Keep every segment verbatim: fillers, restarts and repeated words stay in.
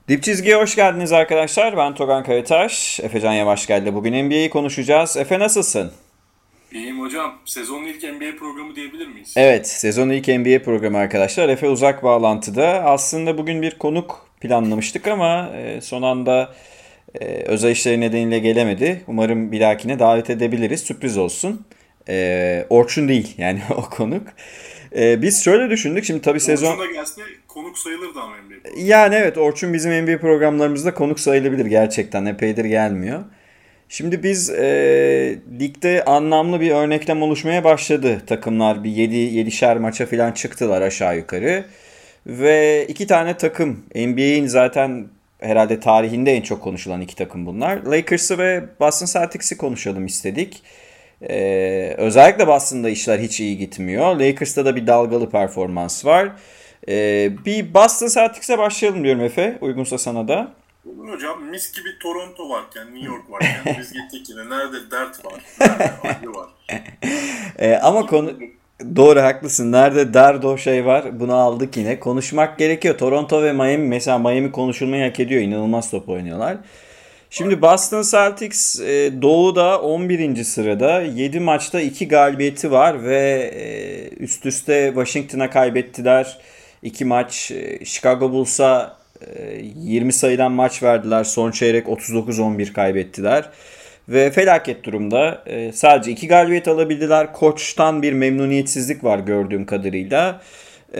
Dip çizgiye hoş geldiniz arkadaşlar. Ben Togan Karataş. Efecan Yavaş geldi. Bugün N B A'yi konuşacağız. Efe nasılsın? İyiyim hocam. Sezonun ilk N B A programı diyebilir miyiz? Evet, sezonun ilk N B A programı arkadaşlar. Efe uzak bağlantıda. Aslında bugün bir konuk planlamıştık ama e, son anda e, özel işleri nedeniyle gelemedi. Umarım bir dahakine davet edebiliriz. Sürpriz olsun. E, Orçun değil yani o konuk. E, biz şöyle düşündük. Şimdi tabii sezon... Orçun da gelse konuk sayılırdı ama N B A programı. Yani evet, Orçun bizim N B A programlarımızda konuk sayılabilir gerçekten. Epeydir gelmiyor. Şimdi biz e, ligde anlamlı bir örneklem oluşmaya başladı. Takımlar bir yedi yedişer maça falan çıktılar aşağı yukarı. Ve iki tane takım, N B A'in zaten herhalde tarihinde en çok konuşulan iki takım bunlar. Lakers'ı ve Boston Celtics'i konuşalım istedik. Ee, özellikle Boston'da işler hiç iyi gitmiyor. Lakers'ta da bir dalgalı performans var. Ee, bir Boston Celtics'e başlayalım diyorum Efe. Uygunsa sana da. Olur hocam. Mis gibi Toronto varken, New York varken biz gittik yine. Nerede dert var, nerede acı var. Ee, ama konu doğru, haklısın. Nerede derdo şey var, bunu aldık yine. Konuşmak gerekiyor. Toronto ve Miami, mesela Miami konuşulmayı hak ediyor. İnanılmaz top oynuyorlar. Şimdi Boston Celtics e, Doğu'da on birinci sırada. yedi maçta iki galibiyeti var ve e, üst üste Washington'a kaybettiler. iki maç. E, Chicago Bulls'a e, yirmi sayıdan maç verdiler. Son çeyrek otuz dokuz on bir kaybettiler. Ve felaket durumda. E, sadece iki galibiyet alabildiler. Koçtan bir memnuniyetsizlik var gördüğüm kadarıyla. E,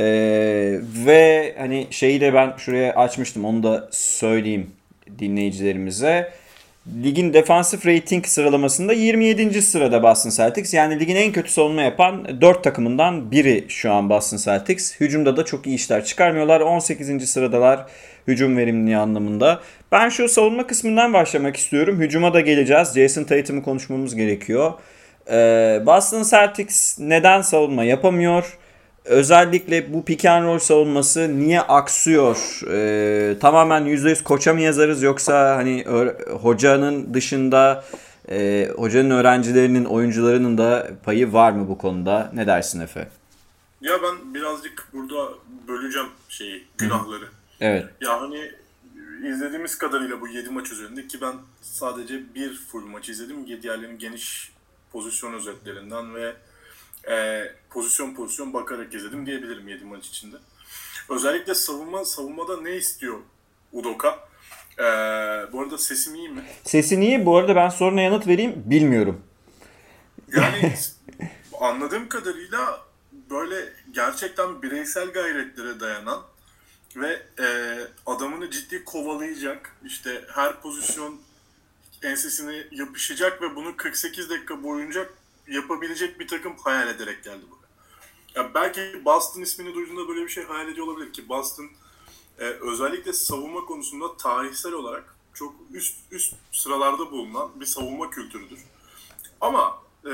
ve hani şeyi de ben şuraya açmıştım, onu da söyleyeyim dinleyicilerimize. Ligin defansif rating sıralamasında yirmi yedinci sırada Boston Celtics. Yani ligin en kötü savunma yapan dört takımından biri şu an Boston Celtics. Hücumda da çok iyi işler çıkarmıyorlar. on sekizinci sıradalar hücum verimliliği anlamında. Ben şu savunma kısmından başlamak istiyorum. Hücuma da geleceğiz. Jason Tatum'u konuşmamız gerekiyor. Ee, Boston Celtics neden savunma yapamıyor? Özellikle bu pick and roll savunması niye aksıyor? Ee, tamamen yüzde yüz koça mı yazarız, yoksa hani ö- hocanın dışında e, hocanın öğrencilerinin, oyuncularının da payı var mı bu konuda? Ne dersin Efe? Ya ben birazcık burada böleceğim şeyi, günahları. Evet. Ya hani izlediğimiz kadarıyla bu yedi maç üzerinde ki ben sadece bir full maç izledim. Diğerlerinin geniş pozisyon özetlerinden ve e, pozisyon pozisyon bakarak izledim diyebilirim yedi maç içinde. Özellikle savunma savunmada ne istiyor Udoka? Ee, Bu arada sesim iyi mi? Sesin iyi. Bu arada ben soruna yanıt vereyim. Bilmiyorum. Yani anladığım kadarıyla böyle gerçekten bireysel gayretlere dayanan ve e, adamını ciddi kovalayacak, işte her pozisyon ensesine yapışacak ve bunu kırk sekiz dakika boyunca yapabilecek bir takım hayal ederek geldi buraya. Ya belki Boston ismini duyduğunda böyle bir şey hayal ediyor olabilir ki Boston e, özellikle savunma konusunda tarihsel olarak çok üst üst sıralarda bulunan bir savunma kültürüdür. Ama e,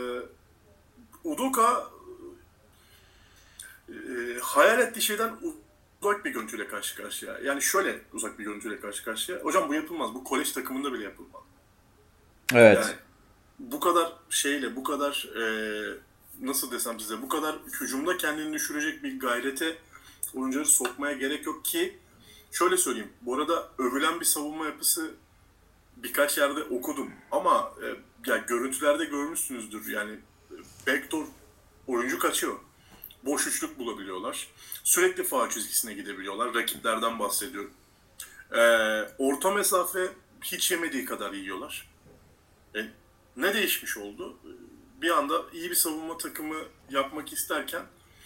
Udoka e, hayal ettiği şeyden uzak bir görüntüyle karşı karşıya. Yani şöyle uzak bir görüntüyle karşı karşıya. Hocam bu yapılmaz. Bu kolej takımında bile yapılmaz. Yani Evet. bu kadar şeyle, bu kadar e, nasıl desem size, bu kadar hücumda kendini düşürecek bir gayrete oyuncuları sokmaya gerek yok ki şöyle söyleyeyim. Bu arada övülen bir savunma yapısı birkaç yerde okudum ama e, ya görüntülerde görmüşsünüzdür yani backdoor oyuncu kaçıyor. Boş üçlük bulabiliyorlar. Sürekli faul çizgisine gidebiliyorlar. Rakiplerden bahsediyorum. E, Orta mesafe hiç yemediği kadar yiyorlar. E, Ne değişmiş oldu? Bir anda iyi bir savunma takımı yapmak isterken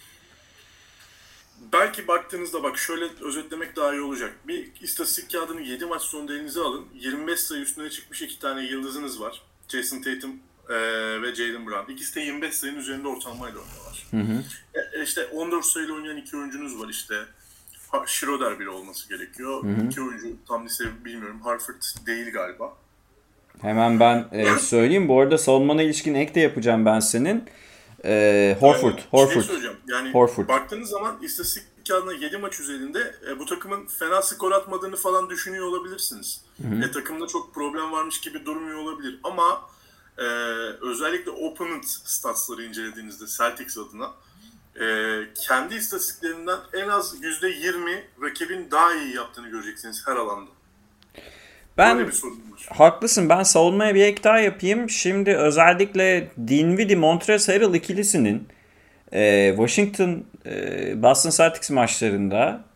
belki baktığınızda bak şöyle özetlemek daha iyi olacak. Bir istatistik kağıdını yedi maç sonunda elinize alın. yirmi beş sayı üstüne çıkmış iki tane yıldızınız var. Jason Tatum e, ve Jaylen Brown. İkisi de yirmi beş sayının üzerinde ortalamayla oynuyorlar. Hı hı. E, işte on dört sayıyla oynayan iki oyuncunuz var işte. Schroeder biri olması gerekiyor. Hı hı. İki oyuncu tam lise bilmiyorum. Harvard değil galiba. Hemen ben e, söyleyeyim. Bu arada savunmana ilişkin ek de yapacağım ben senin. E, Horford. Ee, şey Horford. söyleyeceğim. Yani Horford. baktığınız zaman istatistik kağıdına yedi maç üzerinde e, bu takımın fena skor atmadığını falan düşünüyor olabilirsiniz. Hı hı. E, takımda çok problem varmış gibi durmuyor olabilir. Ama e, özellikle opponent statsları incelediğinizde Celtics adına e, kendi istatistiklerinden en az yüzde yirmi rakibin daha iyi yaptığını göreceksiniz her alanda. Ben Böyle bir sorun var. haklısın. Ben savunmaya bir ek daha yapayım. Şimdi özellikle Dinwiddie Montrezl Harrell ikilisinin e, Washington e, Boston Celtics maçlarında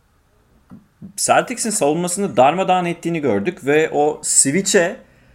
Celtics'in savunmasını darmadağın ettiğini gördük ve o switch'e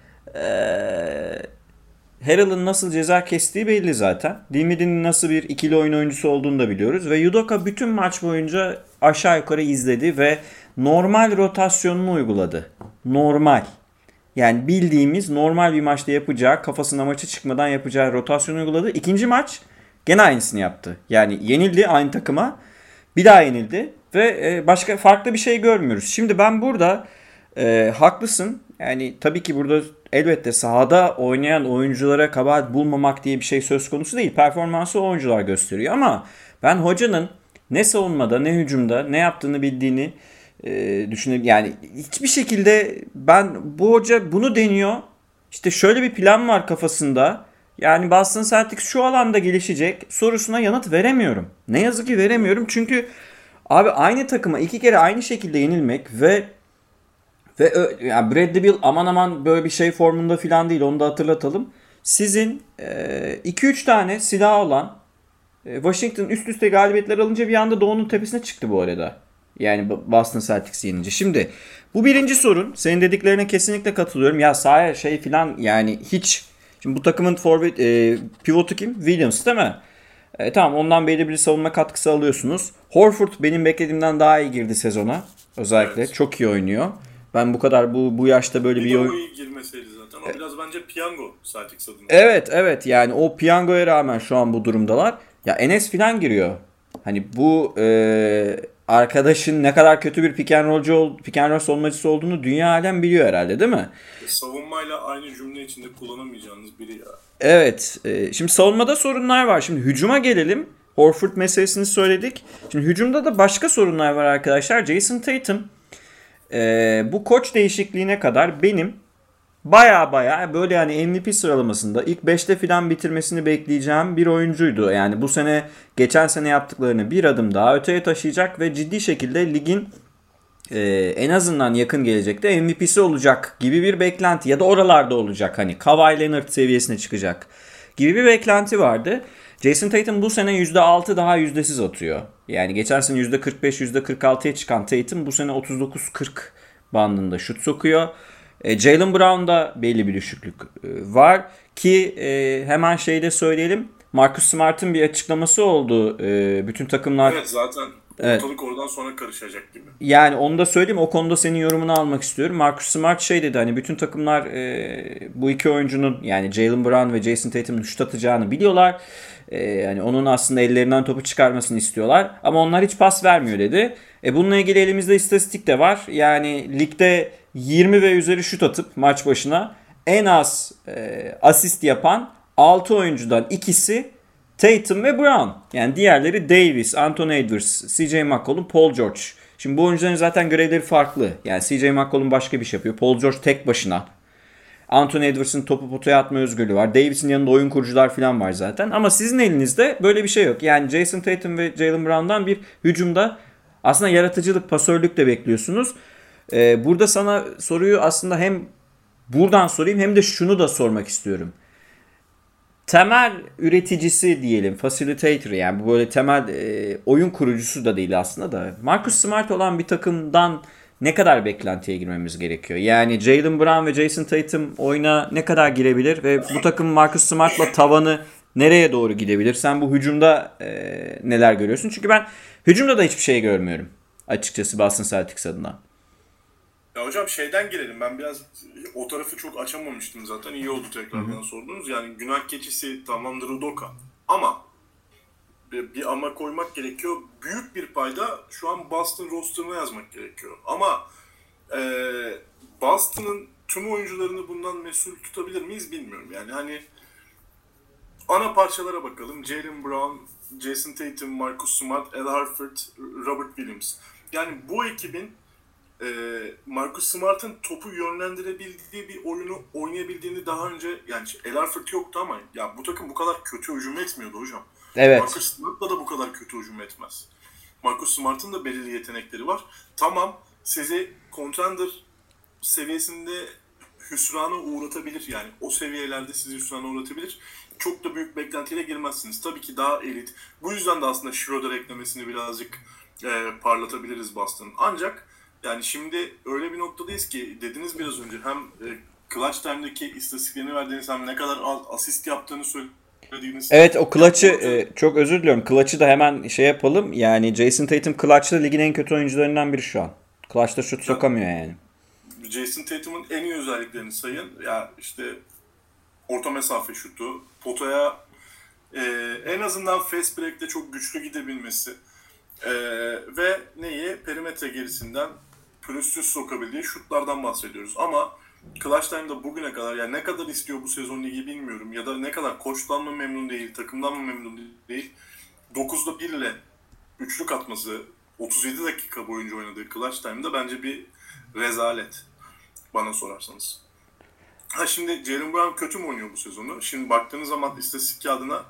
e, Harrell'ın nasıl ceza kestiği belli zaten. Dinwiddie'nin nasıl bir ikili oyun oyuncusu olduğunu da biliyoruz. Ve Udoka bütün maç boyunca aşağı yukarı izledi ve normal rotasyonunu uyguladı. Normal. Yani bildiğimiz normal bir maçta yapacağı, kafasına maçı çıkmadan yapacağı rotasyonu uyguladı. İkinci maç gene aynısını yaptı. Yani yenildi aynı takıma. Bir daha yenildi. Ve başka farklı bir şey görmüyoruz. Şimdi ben burada e, haklısın. Yani tabii ki burada elbette sahada oynayan oyunculara kabahat bulmamak diye bir şey söz konusu değil. Performansı o oyuncular gösteriyor ama ben hocanın ne savunmada ne hücumda ne yaptığını bildiğini e, düşünüyorum. Yani hiçbir şekilde ben bu hoca bunu deniyor. İşte şöyle bir plan var kafasında. Yani Boston Celtics şu alanda gelişecek sorusuna yanıt veremiyorum. Ne yazık ki veremiyorum çünkü abi aynı takıma iki kere aynı şekilde yenilmek ve ve yani Bradley Beal aman aman böyle bir şey formunda falan değil, onu da hatırlatalım. Sizin iki üç tane silah olan e, Washington üst üste galibiyetler alınca bir anda Doğu'nun tepesine çıktı bu arada. Yani Boston Celtics yenince. Şimdi bu birinci sorun. Senin dediklerine kesinlikle katılıyorum. Ya sahaya şey falan yani hiç. Şimdi bu takımın forvet e, pivotu kim? Williams değil mi? E, tamam ondan belli bir savunma katkısı alıyorsunuz. Horford benim beklediğimden daha iyi girdi sezona. Özellikle evet. Çok iyi oynuyor. Ben bu kadar bu bu yaşta böyle bir, bir oyun... o iyi girmeseydi zaten. O biraz bence piyango Celtics adına. Evet evet yani o piyangoya rağmen şu an bu durumdalar. Ya Enes falan giriyor. Hani bu e, arkadaşın ne kadar kötü bir pick and roll'cu, pick and roll savunmacısı olduğunu dünya alem biliyor herhalde değil mi? E, savunmayla aynı cümle içinde kullanamayacağınız biri ya. Evet. E, şimdi savunmada sorunlar var. Şimdi hücuma gelelim. Horford meselesini söyledik. Şimdi hücumda da başka sorunlar var arkadaşlar. Jason Tatum e, bu koç değişikliğine kadar benim baya baya böyle yani M V P sıralamasında ilk beşte falan bitirmesini bekleyeceğim bir oyuncuydu. Yani bu sene geçen sene yaptıklarını bir adım daha öteye taşıyacak ve ciddi şekilde ligin e, en azından yakın gelecekte M V P'si olacak gibi bir beklenti ya da oralarda olacak, hani Kawhi Leonard seviyesine çıkacak gibi bir beklenti vardı. Jason Tatum bu sene yüzde altı daha yüzdesiz atıyor. Yani geçen sene yüzde kırk beş yüzde kırk altıya çıkan Tatum bu sene otuz dokuz kırk bandında şut sokuyor. E, Jaylen Brown'da belli bir düşüklük e, var ki e, hemen şeyde söyleyelim. Marcus Smart'ın bir açıklaması oldu. E, bütün takımlar... Evet zaten ortalık evet. Oradan sonra karışacak gibi. Yani onu da söyleyeyim. O konuda senin yorumunu almak istiyorum. Marcus Smart şey dedi, hani bütün takımlar e, bu iki oyuncunun yani Jaylen Brown ve Jason Tatum'un şut atacağını biliyorlar. E, yani onun aslında ellerinden topu çıkarmasını istiyorlar. Ama onlar hiç pas vermiyor dedi. E, bununla ilgili elimizde istatistik de var. Yani ligde yirmi ve üzeri şut atıp maç başına en az e, asist yapan altı oyuncudan ikisi Tatum ve Brown. Yani diğerleri Davis, Anthony Edwards, C J McCollum, Paul George. Şimdi bu oyuncuların zaten görevleri farklı. Yani C J McCollum başka bir şey yapıyor. Paul George tek başına. Anthony Edwards'ın topu potaya atma özgürlüğü var. Davis'in yanında oyun kurucular falan var zaten. Ama sizin elinizde böyle bir şey yok. Yani Jason Tatum ve Jaylen Brown'dan bir hücumda aslında yaratıcılık, pasörlük de bekliyorsunuz. Ee, burada sana soruyu aslında hem buradan sorayım hem de şunu da sormak istiyorum. Temel üreticisi diyelim, facilitator, yani bu böyle temel e, oyun kurucusu da değil aslında da. Marcus Smart olan bir takımdan ne kadar beklentiye girmemiz gerekiyor? Yani Jaylen Brown ve Jason Tatum oyuna ne kadar girebilir ve bu takım Marcus Smart'la tavanı nereye doğru gidebilir? Sen bu hücumda e, neler görüyorsun? Çünkü ben hücumda da hiçbir şey görmüyorum açıkçası Boston Celtics adına. Ya hocam şeyden girelim. Ben biraz o tarafı çok açamamıştım zaten. İyi oldu tekrardan sordunuz. Yani günah keçisi tamamdır Udoka. Ama bir ama koymak gerekiyor. Büyük bir payda şu an Boston roster'ına yazmak gerekiyor. Ama e, Boston'ın tüm oyuncularını bundan mesul tutabilir miyiz bilmiyorum. Yani hani ana parçalara bakalım. Jaylen Brown, Jason Tatum, Marcus Smart, Al Horford, Robert Williams. Yani bu ekibin Marcus Smart'ın topu yönlendirebildiği bir oyunu oynayabildiğini daha önce, yani El Horford yoktu ama ya bu takım bu kadar kötü hücum etmiyordu hocam. Evet. Marcus Smart'la da bu kadar kötü hücum etmez. Marcus Smart'ın da belirli yetenekleri var. Tamam, sizi contender seviyesinde hüsrana uğratabilir. Yani o seviyelerde sizi hüsrana uğratabilir. Çok da büyük beklentiyle girmezsiniz. Tabii ki daha elit. Bu yüzden de aslında Schroeder eklemesini birazcık e, parlatabiliriz Boston'ın. Ancak yani şimdi öyle bir noktadayız ki dediniz biraz önce hem e, Clutch Time'daki istatistiklerini verdiğiniz hem ne kadar az asist yaptığını söylediğiniz. Evet, o clutch'ı e, çok özür diliyorum. Clutch'ı da hemen şey yapalım. Yani Jason Tatum clutch'ta ligin en kötü oyuncularından biri şu an. Clutch'ta şut sokamıyor yani. Jason Tatum'un en iyi özelliklerini sayın. Ya işte orta mesafe şutu, potaya e, en azından fast break'te çok güçlü gidebilmesi e, ve neyi? Perimetre gerisinden pürüzsüz sokabildiği şutlardan bahsediyoruz. Ama Clutch Time'da bugüne kadar yani ne kadar istiyor bu sezon ligi bilmiyorum ya da ne kadar koçtan mı memnun değil, takımdan mı memnun değil. dokuzda bir ile üçlük atması otuz yedi dakika boyunca oynadığı Clutch Time'da bence bir rezalet bana sorarsanız. Ha şimdi Jaylen Brown kötü mü oynuyor bu sezonu? Şimdi baktığınız zaman istatistik kağıdına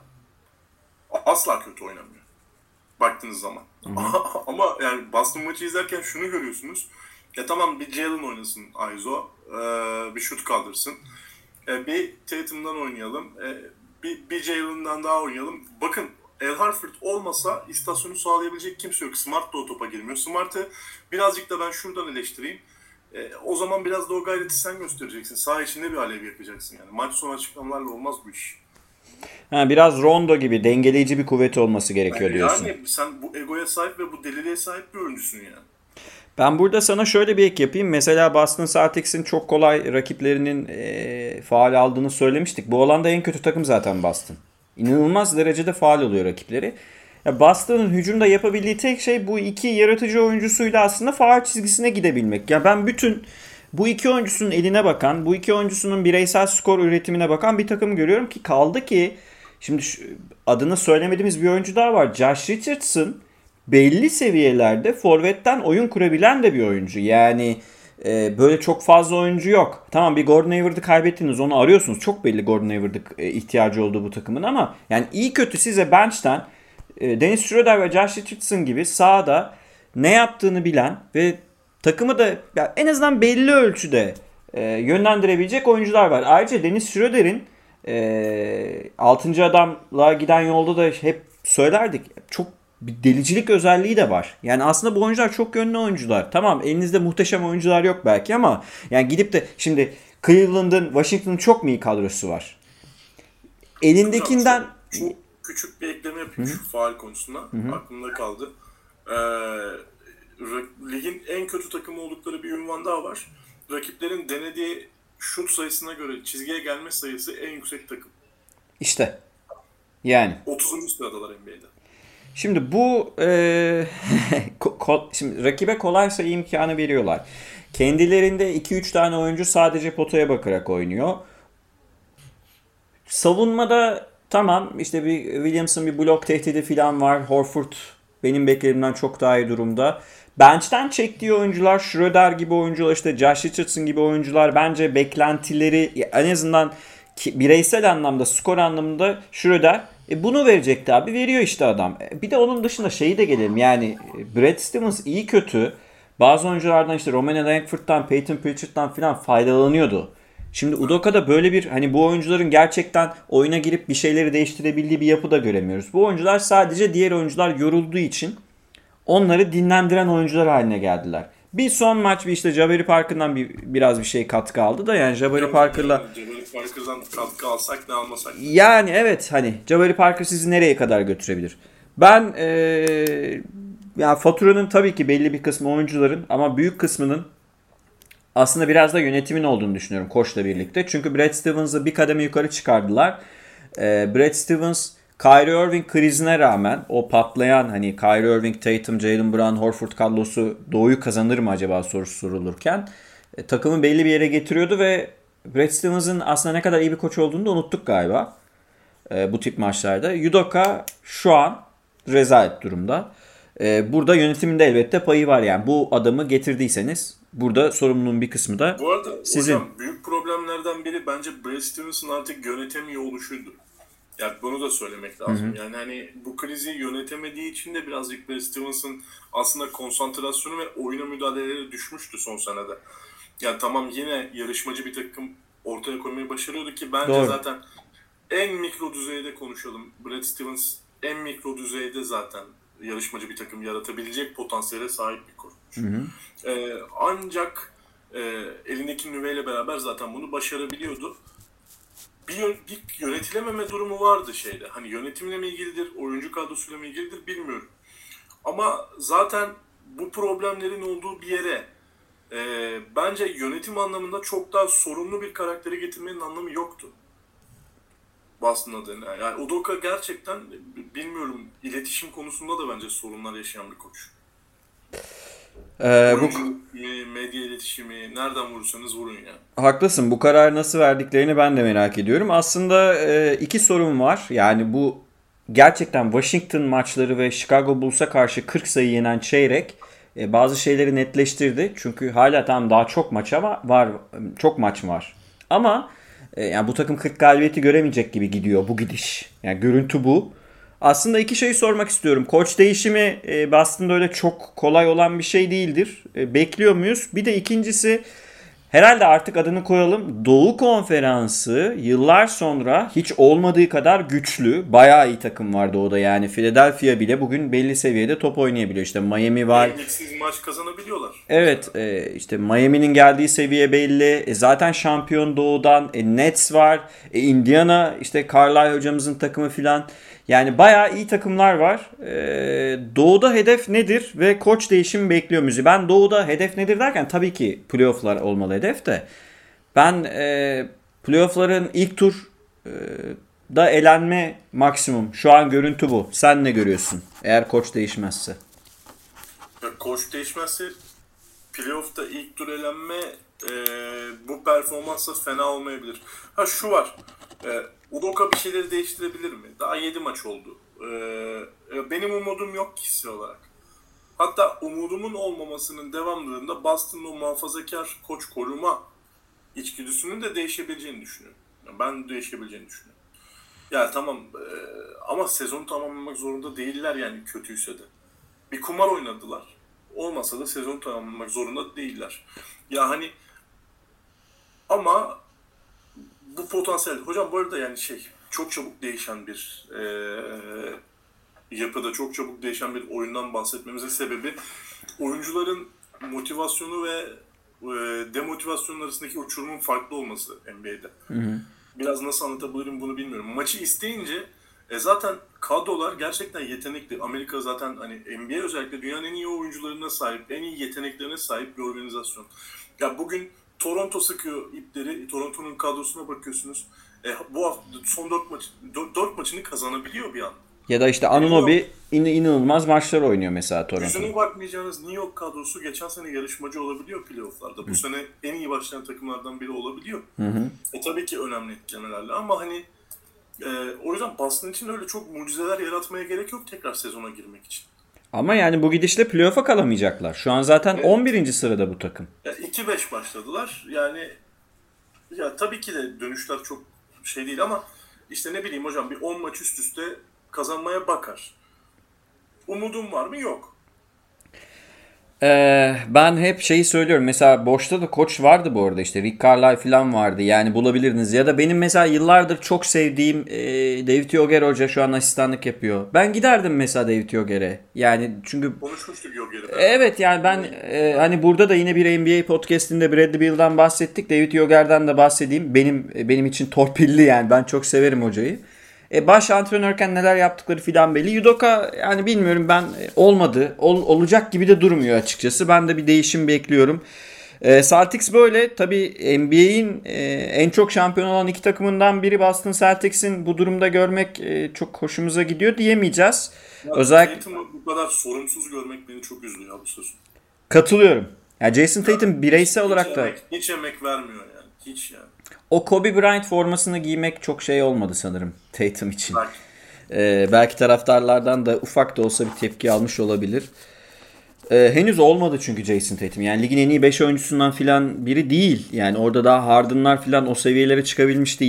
asla kötü oynamıyor. Baktığınız zaman. Ama yani Boston maçı izlerken şunu görüyorsunuz. Ya tamam bir Jaylen oynasın Aizo. Ee, bir şut kaldırsın. Ee, bir Tatum'dan oynayalım. Ee, bir, bir Jaylen'dan daha oynayalım. Bakın Al Horford olmasa istasyonu sağlayabilecek kimse yok. Smart da o topa girmiyor. Smart'ı birazcık da ben şuradan eleştireyim. E, o zaman biraz da o gayreti sen göstereceksin. Saha içinde bir alev yakacaksın yani. Maç sonu açıklamalarla olmaz bu iş. Ha, biraz Rondo gibi dengeleyici bir kuvveti olması gerekiyor yani diyorsun. Yani sen bu egoya sahip ve bu deliliğe sahip bir oyuncusun yani. Ben burada sana şöyle bir ek yapayım. Mesela Boston Celtics'in çok kolay rakiplerinin e, faal aldığını söylemiştik. Bu alanda en kötü takım zaten Boston. İnanılmaz derecede faal oluyor rakipleri. Ya Boston'ın hücumda yapabildiği tek şey bu iki yaratıcı oyuncusuyla aslında faal çizgisine gidebilmek. Ya ben bütün bu iki oyuncusunun eline bakan, bu iki oyuncusunun bireysel skor üretimine bakan bir takım görüyorum ki kaldı ki şimdi şu, adını söylemediğimiz bir oyuncu daha var. Josh Richardson belli seviyelerde forvetten oyun kurabilen de bir oyuncu. Yani e, böyle çok fazla oyuncu yok. Tamam bir Gordon Hayward'ı kaybettiniz, onu arıyorsunuz. Çok belli Gordon Hayward'ı e, ihtiyacı olduğu bu takımın ama yani iyi kötü size bench'ten e, Dennis Schroeder ve Josh Richardson gibi sahada ne yaptığını bilen ve takımı da ya en azından belli ölçüde e, yönlendirebilecek oyuncular var. Ayrıca Dennis Schroeder'in e, altıncı adamla giden yolda da hep söylerdik. Çok bir delicilik özelliği de var. Yani aslında bu oyuncular çok yönlü oyuncular. Tamam elinizde muhteşem oyuncular yok belki ama yani gidip de şimdi Cleveland'ın, Washington'ın çok mu iyi kadrosu var? Elindekinden çok, çok küçük bir ekleme yapayım şu faal konusuna. Hı-hı. Aklımda kaldı. Ee, ligin en kötü takımı oldukları bir ünvan daha var. Rakiplerin denediği şut sayısına göre çizgiye gelme sayısı en yüksek takım. İşte. Yani. otuzuncu sıradalar N B A'de. Şimdi bu e, ko, şimdi rakibe kolay sayı imkanı veriyorlar. Kendilerinde iki üç tane oyuncu sadece potaya bakarak oynuyor. Savunmada tamam işte bir Williams'ın bir blok tehdidi falan var. Horford benim beklediğimden çok daha iyi durumda. Bench'ten çektiği oyuncular, Schroeder gibi oyuncular, işte Josh Richardson gibi oyuncular bence beklentileri en azından bireysel anlamda, skor anlamında Schroeder e bunu verecekti abi. Veriyor işte adam. Bir de onun dışında şeyi de gelelim. Yani Brad Stevens iyi kötü. Bazı oyunculardan işte Romeo Langford'dan, Peyton Pritchard'dan falan faydalanıyordu. Şimdi Udoka'da böyle bir hani bu oyuncuların gerçekten oyuna girip bir şeyleri değiştirebildiği bir yapı da göremiyoruz. Bu oyuncular sadece diğer oyuncular yorulduğu için onları dinlendiren oyuncular haline geldiler. Bir son maç bir işte Jabari Parker'dan bir, biraz bir şey katkı aldı da yani Jabari Parker'la Jabari Parker'dan katkı alsak ne almasak. Yani evet hani Jabari Parker sizi nereye kadar götürebilir? Ben ee, yani faturanın tabii ki belli bir kısmı oyuncuların ama büyük kısmının aslında biraz da yönetimin olduğunu düşünüyorum koçla birlikte. Çünkü Brad Stevens'ı bir kademe yukarı çıkardılar. Ee, Brad Stevens Kyrie Irving krizine rağmen o patlayan hani Kyrie Irving, Tatum, Jaylen Brown, Horford kadrosu Doğu'yu kazanır mı acaba sorusu sorulurken e, takımı belli bir yere getiriyordu ve Brad Stevens'ın aslında ne kadar iyi bir koç olduğunu da unuttuk galiba e, bu tip maçlarda. Udoka şu an rezalet durumda. E, burada yönetimin de elbette payı var yani bu adamı getirdiyseniz burada sorumluluğun bir kısmı da bu arada, sizin. Hocam büyük problemlerden biri bence Brad Stevens'ın artık yönetemiyor oluşuydu. Yani bunu da söylemek lazım. Hı hı. Yani hani bu krizi yönetemediği için de birazcık Brad Stevens'ın aslında konsantrasyonu ve oyuna müdahaleleri düşmüştü son senede. Yani tamam, yine yarışmacı bir takım ortaya koymayı başarıyordu ki bence Doğru. zaten en mikro düzeyde konuşalım. Brad Stevens en mikro düzeyde zaten yarışmacı bir takım yaratabilecek potansiyele sahip bir koç. Hı hı. Ee, ancak e, elindeki nüveyle beraber zaten bunu başarabiliyordu. Bir, bir yönetilememe durumu vardı şeyde. Hani yönetimle mi ilgilidir, oyuncu kadrosuyla mı ilgilidir bilmiyorum. Ama zaten bu problemlerin olduğu bir yere e, bence yönetim anlamında çok daha sorumlu bir karakteri getirmenin anlamı yoktu. Boston adına. Yani Udoka gerçekten bilmiyorum, iletişim konusunda da bence sorunlar yaşayan bir koç. Ee, Oyuncu, bu medya iletişimi nereden vurursanız vurun ya. Haklısın. Bu kararı nasıl verdiklerini ben de merak ediyorum. Aslında e, iki sorun var. Yani bu gerçekten Washington maçları ve Chicago Bulls'a karşı kırk sayı yenen çeyrek e, bazı şeyleri netleştirdi. Çünkü hala tam daha çok maç ama var, çok maç var. Ama e, yani bu takım kırk galibiyeti göremeyecek gibi gidiyor bu gidiş. Yani görüntü bu. Aslında iki şeyi sormak istiyorum. Koç değişimi e, Boston'da öyle çok kolay olan bir şey değildir. E, bekliyor muyuz? Bir de ikincisi, herhalde artık adını koyalım, Doğu Konferansı yıllar sonra hiç olmadığı kadar güçlü. Bayağı iyi takım var Doğu'da yani. Philadelphia bile bugün belli seviyede top oynayabiliyor. İşte Miami var. Yeniliksiz maç kazanabiliyorlar. Evet, e, işte Miami'nin geldiği seviye belli. E, zaten şampiyon Doğu'dan. E, Nets var. E, Indiana, işte Carlisle hocamızın takımı filan. Yani bayağı iyi takımlar var. Ee, Doğu'da hedef nedir ve koç değişimi bekliyor muyuz? Ben Doğu'da hedef nedir derken tabii ki playoff'lar olmalı hedef de. Ben e, playoff'ların ilk tur e, da elenme maksimum. Şu an görüntü bu. Sen ne görüyorsun eğer koç değişmezse? Ya, koç değişmezse playoff'ta ilk tur elenme e, bu performansla fena olmayabilir. Ha şu var. E, Udoka bir şeyleri değiştirebilir mi? Daha yedi maç oldu. Ee, benim umudum yok kişisel olarak. Hatta umudumun olmamasının devamlılığında Boston'ın o muhafazakar koç koruma içgüdüsünün de değişebileceğini düşünüyorum. Yani ben değişebileceğini düşünüyorum. Yani tamam e, ama sezonu tamamlamak zorunda değiller yani kötüyse de. Bir kumar oynadılar. Olmasa da sezonu tamamlamak zorunda değiller. Ya hani ama bu potansiyel. Hocam bu arada yani şey çok çabuk değişen bir e, yapıda, çok çabuk değişen bir oyundan bahsetmemizin sebebi oyuncuların motivasyonu ve e, demotivasyonun arasındaki uçurumun farklı olması N B A'de. Hı hı. Biraz nasıl anlatabilirim bunu bilmiyorum. Maçı isteyince e, zaten kadrolar gerçekten yetenekli. Amerika zaten hani N B A özellikle dünyanın en iyi oyuncularına sahip, en iyi yeteneklerine sahip bir organizasyon. Ya bugün Toronto sıkıyor ipleri. Toronto'nun kadrosuna bakıyorsunuz. E, bu hafta son dört maç dört maçını kazanabiliyor bir an. Ya da işte Anunoby in, inanılmaz maçlar oynuyor mesela Toronto. Yüzüne bakmayacağınız New York kadrosu geçen sene yarışmacı olabiliyor playoff'larda. Bu hı. sene en iyi başlayan takımlardan biri olabiliyor. Hı hı. E tabii ki önemli etkilemelerle ama hani e, o yüzden Boston için öyle çok mucizeler yaratmaya gerek yok tekrar sezona girmek için. Ama yani bu gidişle playoff'a kalamayacaklar. Şu an zaten evet. on birinci sırada bu takım. Ya iki beş başladılar. Yani ya tabii ki de dönüşler çok şey değil ama işte ne bileyim hocam bir on maç üst üste kazanmaya bakar. Umudum var mı? Yok. Ee, ben hep şeyi söylüyorum. Mesela boşta da koç vardı bu arada, işte Rick Carlisle falan vardı. Yani bulabilirdiniz. Ya da benim mesela yıllardır çok sevdiğim e, David Yoger Hoca şu an asistanlık yapıyor. Ben giderdim mesela David Yoger'e. Yani çünkü konuşmuştuk Yoger'i. Evet yani ben e, hani burada da yine bir N B A podcast'inde Bradley Beal'dan bahsettik. David Yoger'den de bahsedeyim. Benim benim için torpilli yani. Ben çok severim hocayı. E, baş antrenörken neler yaptıkları filan belli. Udoka yani bilmiyorum ben, olmadı. Ol, olacak gibi de durmuyor açıkçası. Ben de bir değişim bekliyorum. E, Celtics böyle. Tabii N B A'in e, en çok şampiyon olan iki takımından biri Boston Celtics'in bu durumda görmek e, çok hoşumuza gidiyor diyemeyeceğiz. Ya, Özellikle Tatum'u bu kadar sorumsuz görmek beni çok üzdü ya bu sözü. Katılıyorum. Ya Jason Tatum bireysel hiç, olarak hiç da emek, hiç emek vermiyor yani. Hiç yani. O Kobe Bryant formasını giymek çok şey olmadı sanırım Tatum için. Ee, belki taraftarlardan da ufak da olsa bir tepki almış olabilir. Ee, henüz olmadı çünkü Jason Tatum. Yani ligin en iyi beş oyuncusundan filan biri değil. Yani orada daha Harden'lar filan o seviyelere çıkabilmiş değil.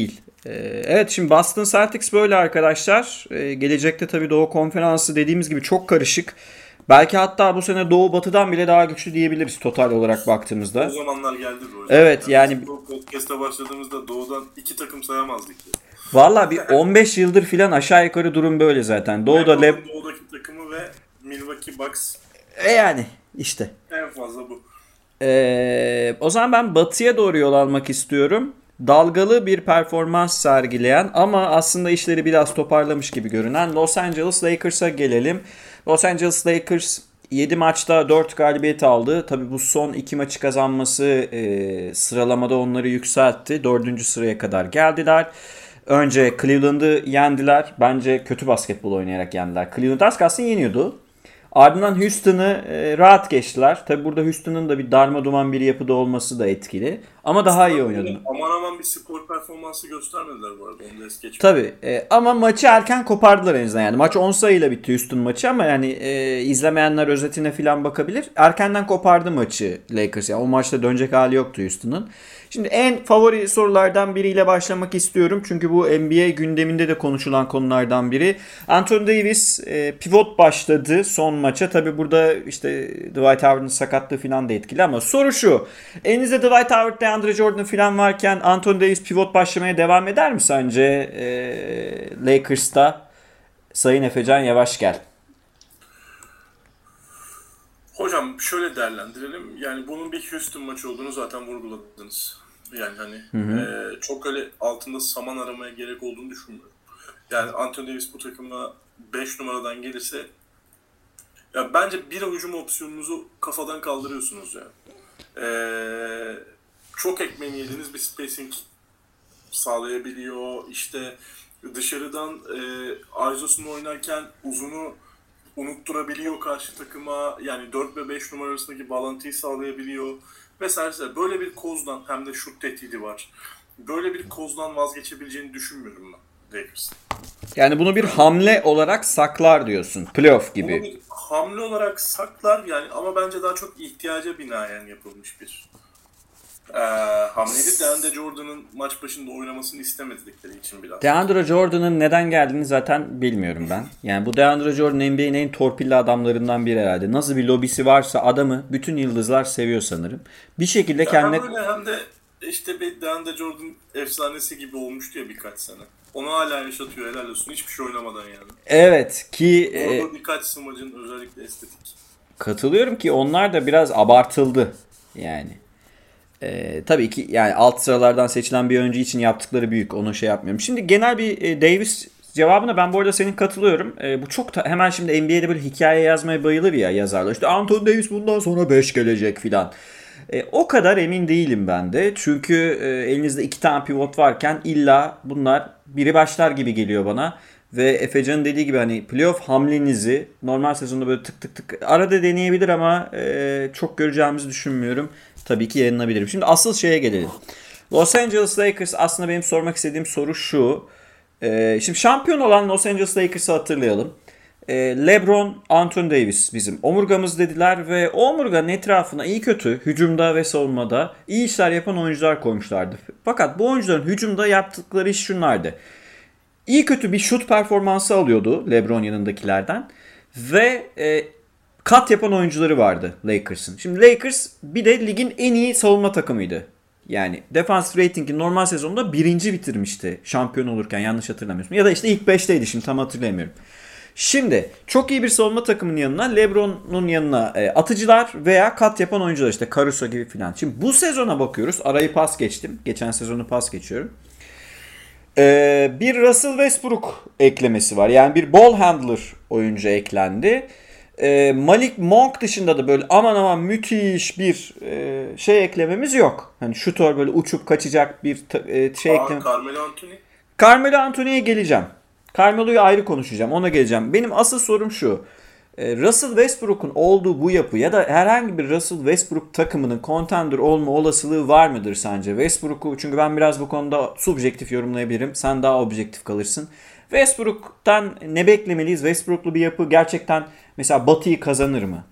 Evet, şimdi Boston Celtics böyle arkadaşlar. Ee, gelecekte tabii Doğu Konferansı dediğimiz gibi çok karışık. Belki hatta bu sene Doğu Batı'dan bile daha güçlü diyebiliriz total olarak O baktığımızda. zamanlar geldi bu hocam. Evet Yani yani biz bu podcast'a başladığımızda Doğu'dan iki takım sayamazdık. valla bir on beş yıldır filan aşağı yukarı durum böyle zaten. Doğu'da Leb... Memphis Doğu'daki takımı ve Milwaukee Bucks. E yani işte. En fazla bu. Ee, o zaman ben Batı'ya doğru yol almak istiyorum. Dalgalı bir performans sergileyen ama aslında işleri biraz toparlamış gibi görünen Los Angeles Lakers'a gelelim. Los Angeles Lakers yedi maçta dört galibiyet aldı. Tabii bu son iki maçı kazanması e, sıralamada onları yükseltti. dördüncü sıraya kadar geldiler. Önce Cleveland'ı yendiler. Bence kötü basketbol oynayarak yendiler. Cleveland az kalsın yeniyordu. Ardından Houston'ı e, rahat geçtiler. Tabi burada Houston'ın da bir darma duman bir yapıda olması da etkili. Ama daha iyi oynadı. Aman aman bir skor performansı göstermediler bu arada. Onu da es geçmeyin. Tabii e, ama maçı erken kopardılar en azından. Yani maç on sayıyla bitti Houston maçı ama yani e, izlemeyenler özetine falan bakabilir. Erkenden kopardı maçı Lakers. Yani o maçta dönecek hali yoktu Houston'ın. Şimdi en favori sorulardan biriyle başlamak istiyorum. Çünkü bu N B A gündeminde de konuşulan konulardan biri. Anthony Davis e, pivot başladı son maça. Tabi burada işte Dwight Howard'ın sakatlığı falan da etkili ama soru şu. Elinizde Dwight Howard, DeAndre Jordan falan varken Anthony Davis pivot başlamaya devam eder mi sence e, Lakers'ta? Sayın Efecan Yavaş gel. Hocam şöyle değerlendirelim. Yani bunun bir Houston maçı olduğunu zaten vurguladınız. Yani hani hı hı. E, çok öyle altında saman aramaya gerek olduğunu düşünmüyorum. Yani Anthony Davis bu takıma beş numaradan gelirse ya bence bir hücum opsiyonunuzu kafadan kaldırıyorsunuz ya. E, çok ekmeğini yediğiniz bir spacing sağlayabiliyor. İşte dışarıdan e, Arizos'unu oynarken uzunu unutturabiliyor karşı takıma. Yani dört ve beş numara arasındaki bağlantıyı sağlayabiliyor. Vesaire. Böyle bir kozdan hem de şut tehdidi var. Böyle bir kozdan vazgeçebileceğini düşünmüyorum ben Lakers'ın. Yani bunu bir hamle olarak saklar diyorsun. Playoff gibi. Bunu bir hamle olarak saklar yani ama bence daha çok ihtiyaca binaen yapılmış bir Ee, hamleydi. DeAndre Jordan'ın maç başında oynamasını istemedikleri için biraz. DeAndre Jordan'ın neden geldiğini zaten bilmiyorum ben. Yani bu DeAndre Jordan N B A'nin en torpilli adamlarından biri herhalde. Nasıl bir lobisi varsa adamı bütün yıldızlar seviyor sanırım. Bir şekilde kendine... Hem böyle hem de işte bir DeAndre Jordan efsanesi gibi olmuştu ya birkaç sene. Onu hala yaşatıyor, helal olsun. Hiçbir şey oynamadan yani. Evet ki... Orada e... birkaç smacın özellikle estetik. Katılıyorum ki onlar da biraz abartıldı yani. Ee, tabii ki yani alt sıralardan seçilen bir oyuncu için yaptıkları büyük. Onu şey yapmıyorum. Şimdi genel bir e, Davis cevabına ben bu arada senin katılıyorum. E, bu çok ta- hemen şimdi N B A'de böyle hikaye yazmaya bayılır ya yazarlar. İşte Anthony Davis bundan sonra beş gelecek filan. E, o kadar emin değilim ben de. Çünkü e, elinizde iki tane pivot varken illa bunlar biri başlar gibi geliyor bana. Ve Efecan'ın dediği gibi hani playoff hamlenizi normal sezonda böyle tık tık tık arada deneyebilir ama e, çok göreceğimizi düşünmüyorum. Tabii ki yayınlanabilirim. Şimdi asıl şeye gelelim. Los Angeles Lakers aslında benim sormak istediğim soru şu. E, şimdi şampiyon olan Los Angeles Lakers'ı hatırlayalım. E, LeBron, Anthony Davis bizim omurgamız dediler ve o omurganın etrafına iyi kötü hücumda ve savunmada iyi işler yapan oyuncular koymuşlardı. Fakat bu oyuncuların hücumda yaptıkları iş şunlardı. İyi kötü bir şut performansı alıyordu LeBron yanındakilerden ve e, kat yapan oyuncuları vardı Lakers'ın. Şimdi Lakers bir de ligin en iyi savunma takımıydı. Yani defense ratingi normal sezonda birinci bitirmişti şampiyon olurken yanlış hatırlamıyorsam. Ya da işte ilk beşteydi şimdi tam hatırlayamıyorum. Şimdi çok iyi bir savunma takımının yanına LeBron'un yanına e, atıcılar veya kat yapan oyuncular işte Caruso gibi filan. Şimdi bu sezona bakıyoruz. Arayı pas geçtim. Geçen sezonu pas geçiyorum. Ee, bir Russell Westbrook eklemesi var. Yani bir ball handler oyuncu eklendi. Ee, Malik Monk dışında da böyle aman aman müthiş bir e, şey eklememiz yok. Hani şutör böyle uçup kaçacak bir e, şey ekleme. Carmelo Anthony. Carmelo Anthony'ye geleceğim. Carmelo'yu ayrı konuşacağım. Ona geleceğim. Benim asıl sorum şu. Russell Westbrook'un olduğu bu yapı ya da herhangi bir Russell Westbrook takımının contender olma olasılığı var mıdır sence? Westbrook'u çünkü ben biraz bu konuda subjektif yorumlayabilirim. Sen daha objektif kalırsın. Westbrook'tan ne beklemeliyiz? Westbrook'lu bir yapı gerçekten mesela Batı'yı kazanır mı?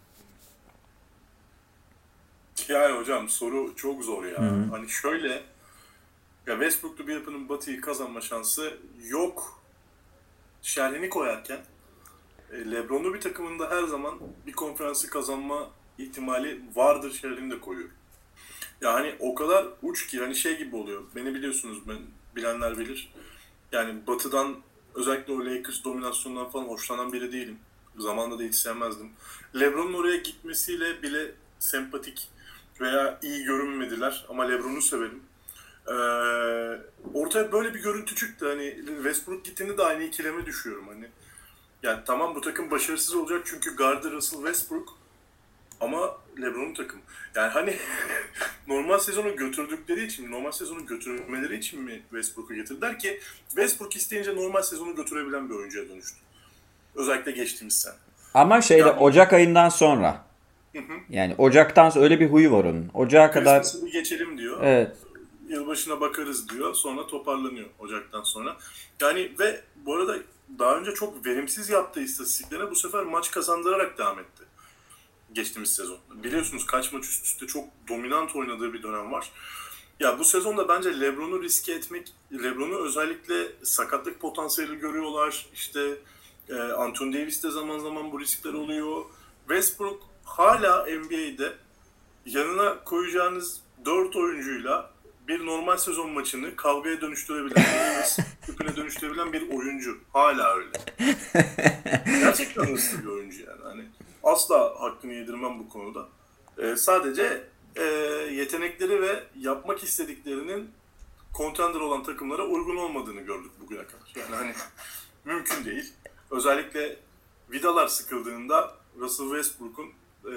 Yani hocam soru çok zor ya. Hı-hı. Hani şöyle Ya Westbrook'lu bir yapının Batı'yı kazanma şansı yok şerhini koyarken e, LeBron'lu bir takımında her zaman bir konferansı kazanma ihtimali vardır şerhini de koyuyor. Yani o kadar uç ki hani şey gibi oluyor. Beni biliyorsunuz, ben bilenler bilir. Yani Batı'dan özellikle o Lakers dominasyonundan falan hoşlanan biri değilim. Zamanında da hiç sevmezdim. LeBron'un oraya gitmesiyle bile sempatik veya iyi görünmediler ama LeBron'u severim. Ee, ortaya böyle bir görüntü çıktı. Hani Westbrook gittiğinde de aynı ikileme düşüyorum hani. Yani tamam bu takım başarısız olacak çünkü gardı Russell Westbrook ama LeBron'un takımı. Yani hani normal sezonu götürdükleri için, normal sezonu götürmeleri için mi Westbrook'u getirdiler ki Westbrook isteyince normal sezonu götürebilen bir oyuncuya dönüştü. Özellikle geçtiğimiz sene. Ama şeyde Yani, Ocak ayından sonra. Hı hı. Yani Ocak'tan sonra öyle bir huyu var onun. Ocağa kadar. Christmas'ı bir geçelim diyor. Evet. Yılbaşına bakarız diyor. Sonra toparlanıyor Ocak'tan sonra. Yani ve bu arada daha önce çok verimsiz yaptığı istatistiklerine bu sefer maç kazandırarak devam etti. Geçtiğimiz sezon. Biliyorsunuz kaç maç üst üste çok dominant oynadığı bir dönem var. Ya bu sezonda bence LeBron'u riske etmek, LeBron'u özellikle sakatlık potansiyeli görüyorlar. İşte e, Anthony Davis'te zaman zaman bu riskler oluyor. Westbrook hala N B A'de yanına koyacağınız dört oyuncuyla bir normal sezon maçını kavgaya dönüştürebilen, bir dönüştürebilen bir oyuncu. Hala öyle. Gerçekten hırslı bir oyuncu yani. Hani asla hakkını yedirmem bu konuda. Ee, sadece e, yetenekleri ve yapmak istediklerinin contender olan takımlara uygun olmadığını gördük bugüne kadar. Yani hani mümkün değil. Özellikle vidalar sıkıldığında Russell Westbrook'un e,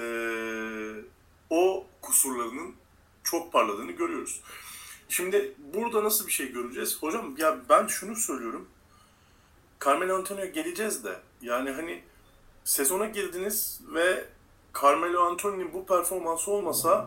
o kusurlarının çok parladığını görüyoruz. Şimdi burada nasıl bir şey göreceğiz? Hocam ya ben şunu söylüyorum. Carmelo Anthony'ye geleceğiz de yani hani sezona girdiniz ve Carmelo Anthony'nin bu performansı olmasa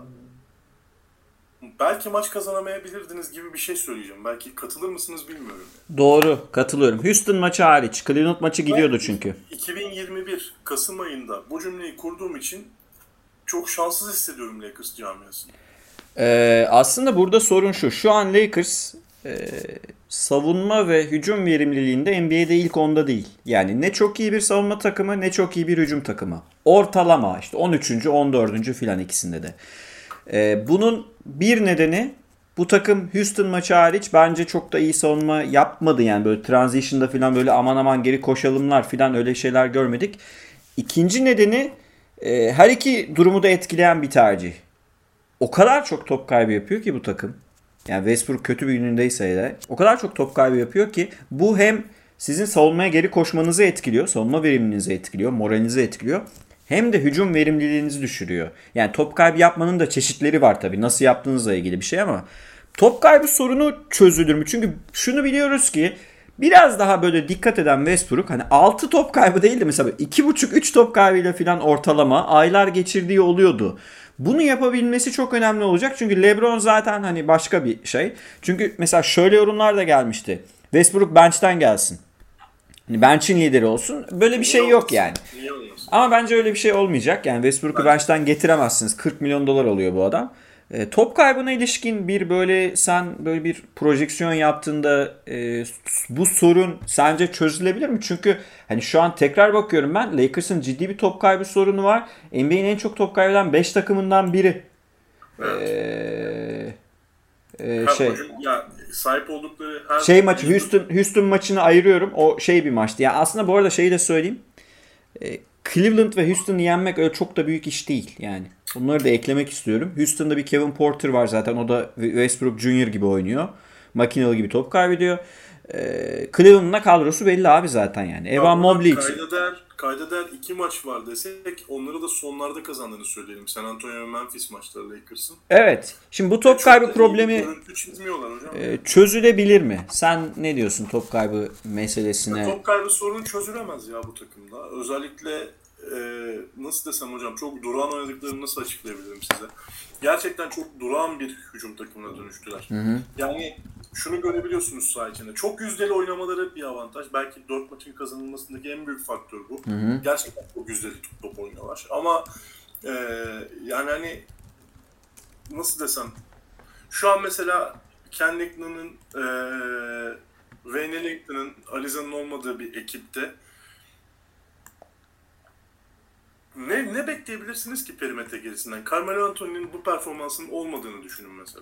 belki maç kazanamayabilirdiniz gibi bir şey söyleyeceğim. Belki katılır mısınız bilmiyorum. Doğru, katılıyorum. Houston maçı hariç. Cleveland maçı gidiyordu çünkü. iki bin yirmi bir Kasım ayında bu cümleyi kurduğum için çok şanssız hissediyorum Lakers camiasını. Ee, aslında burada sorun şu. Şu an Lakers e, savunma ve hücum verimliliğinde N B A'de ilk onda değil. Yani ne çok iyi bir savunma takımı ne çok iyi bir hücum takımı. Ortalama işte on üçüncü on dördüncü filan ikisinde de. Ee, bunun bir nedeni bu takım Houston maçı hariç bence çok da iyi savunma yapmadı. Yani böyle transition'da filan böyle aman aman geri koşalımlar filan öyle şeyler görmedik. İkinci nedeni e, her iki durumu da etkileyen bir tercih. O kadar çok top kaybı yapıyor ki bu takım. Yani Westbrook kötü bir günündeyse de o kadar çok top kaybı yapıyor ki bu hem sizin savunmaya geri koşmanızı etkiliyor, savunma verimliliğinizi etkiliyor, moralinizi etkiliyor. Hem de hücum verimliliğinizi düşürüyor. Yani top kaybı yapmanın da çeşitleri var tabii. Nasıl yaptığınızla ilgili bir şey ama top kaybı sorunu çözülür mü? Çünkü şunu biliyoruz ki biraz daha böyle dikkat eden Westbrook hani altı top kaybı değil de mesela iki buçuk üç top kaybıyla falan ortalama aylar geçirdiği oluyordu. Bunu yapabilmesi çok önemli olacak. Çünkü LeBron zaten hani başka bir şey. Çünkü mesela şöyle yorumlar da gelmişti. Westbrook bench'ten gelsin. Hani bench'in lideri olsun. Böyle bir şey yok yani. Ama bence öyle bir şey olmayacak. Yani Westbrook'u bench'ten getiremezsiniz. kırk milyon dolar alıyor bu adam. E, top kaybına ilişkin bir böyle sen böyle bir projeksiyon yaptığında e, bu sorun sence çözülebilir mi? Çünkü hani şu an tekrar bakıyorum ben Lakers'ın ciddi bir top kaybı sorunu var. N B A'nin en çok top kaybeden beş takımından biri. Evet. Ee, e, şey ya, sahip oldukları her şey maçı Houston Houston maçını ayırıyorum. O şey bir maçtı. Yani aslında bu arada şeyi de söyleyeyim. E, Cleveland ve Houston'ı yenmek öyle çok da büyük iş değil yani. Bunları da eklemek istiyorum. Houston'da bir Kevin Porter var zaten. O da Westbrook Junior gibi oynuyor. Makinalı gibi top kaybediyor. Ee, Cleveland'ın da kadrosu belli abi zaten yani. Evan Mobley için. Kayda değer, kayda değer iki maç var desek onları da sonlarda kazandığını söyleyelim. San Antonio ve Memphis maçları Lakers'ın. Evet. Şimdi bu top kaybı problemi hocam. E, çözülebilir mi? Sen ne diyorsun top kaybı meselesine? Ya, top kaybı sorunu çözülemez ya bu takımda. Özellikle e, nasıl desem hocam çok durağan oynadıklarını nasıl açıklayabilirim size? Gerçekten çok durağan bir hücum takımına dönüştüler. Hı hı. Yani şunu görebiliyorsunuz saha içinde. Çok yüzdeli oynamaları bir avantaj. Belki dört maçın kazanılmasındaki en büyük faktör bu. Hı hı. Gerçekten çok yüzdeli top oynuyorlar. Ama e, yani hani nasıl desem şu an mesela Ken Newton'un, e, Wayne Ellington'ın, Ariza'nın olmadığı bir ekipte ne ne bekleyebilirsiniz ki perimetre gerisinden? Carmelo Anthony'nin bu performansının olmadığını düşünün mesela.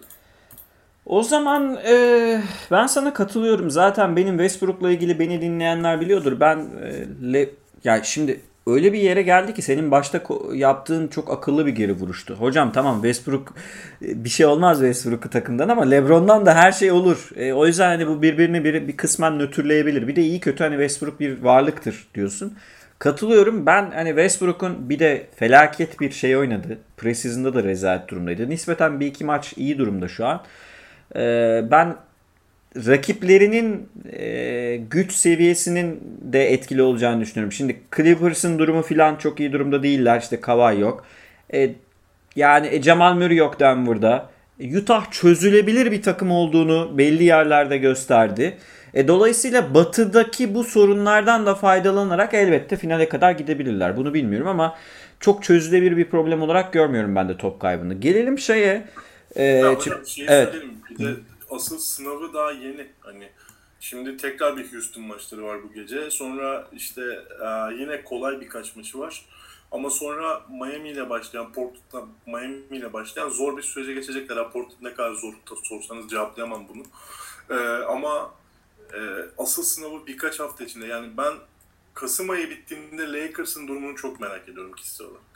O zaman e, ben sana katılıyorum. Zaten benim Westbrook'la ilgili beni dinleyenler biliyordur. Ben e, le, yani şimdi öyle bir yere geldi ki senin başta ko- yaptığın çok akıllı bir geri vuruştu. Hocam tamam Westbrook e, bir şey olmaz Westbrook'u takımdan ama LeBron'dan da her şey olur. E, o yüzden hani bu birbirini bir, bir kısmen nötrleyebilir. Bir de iyi kötü hani Westbrook bir varlıktır diyorsun. Katılıyorum. Ben hani Westbrook'un bir de felaket bir şey oynadı. Preseason'da da rezalet durumdaydı. Nispeten bir iki maç iyi durumda şu an. Ee, ben rakiplerinin e, güç seviyesinin de etkili olacağını düşünüyorum. Şimdi Clippers'ın durumu filan çok iyi durumda değiller. İşte Kawhi yok. E, yani e, Jamal Murray yok Denver'da. Utah çözülebilir bir takım olduğunu belli yerlerde gösterdi. E, dolayısıyla batıdaki bu sorunlardan da faydalanarak elbette finale kadar gidebilirler. Bunu bilmiyorum ama çok çözülebilir bir problem olarak görmüyorum ben de top kaybını. Gelelim şeye. E, Ya çı- hocam şey evet. söyleyeyim. Bir de asıl sınavı daha yeni. Hani şimdi tekrar bir Houston maçları var bu gece. Sonra işte e, yine kolay birkaç maçı var. Ama sonra Miami ile başlayan, Portland'la Miami ile başlayan zor bir sürece geçecekler. Ha, Portland ne kadar zor sorsanız cevaplayamam bunu. E, ama e, asıl sınavı birkaç hafta içinde. Yani ben Kasım ayı bittiğinde Lakers'ın durumunu çok merak ediyorum kişisel olarak.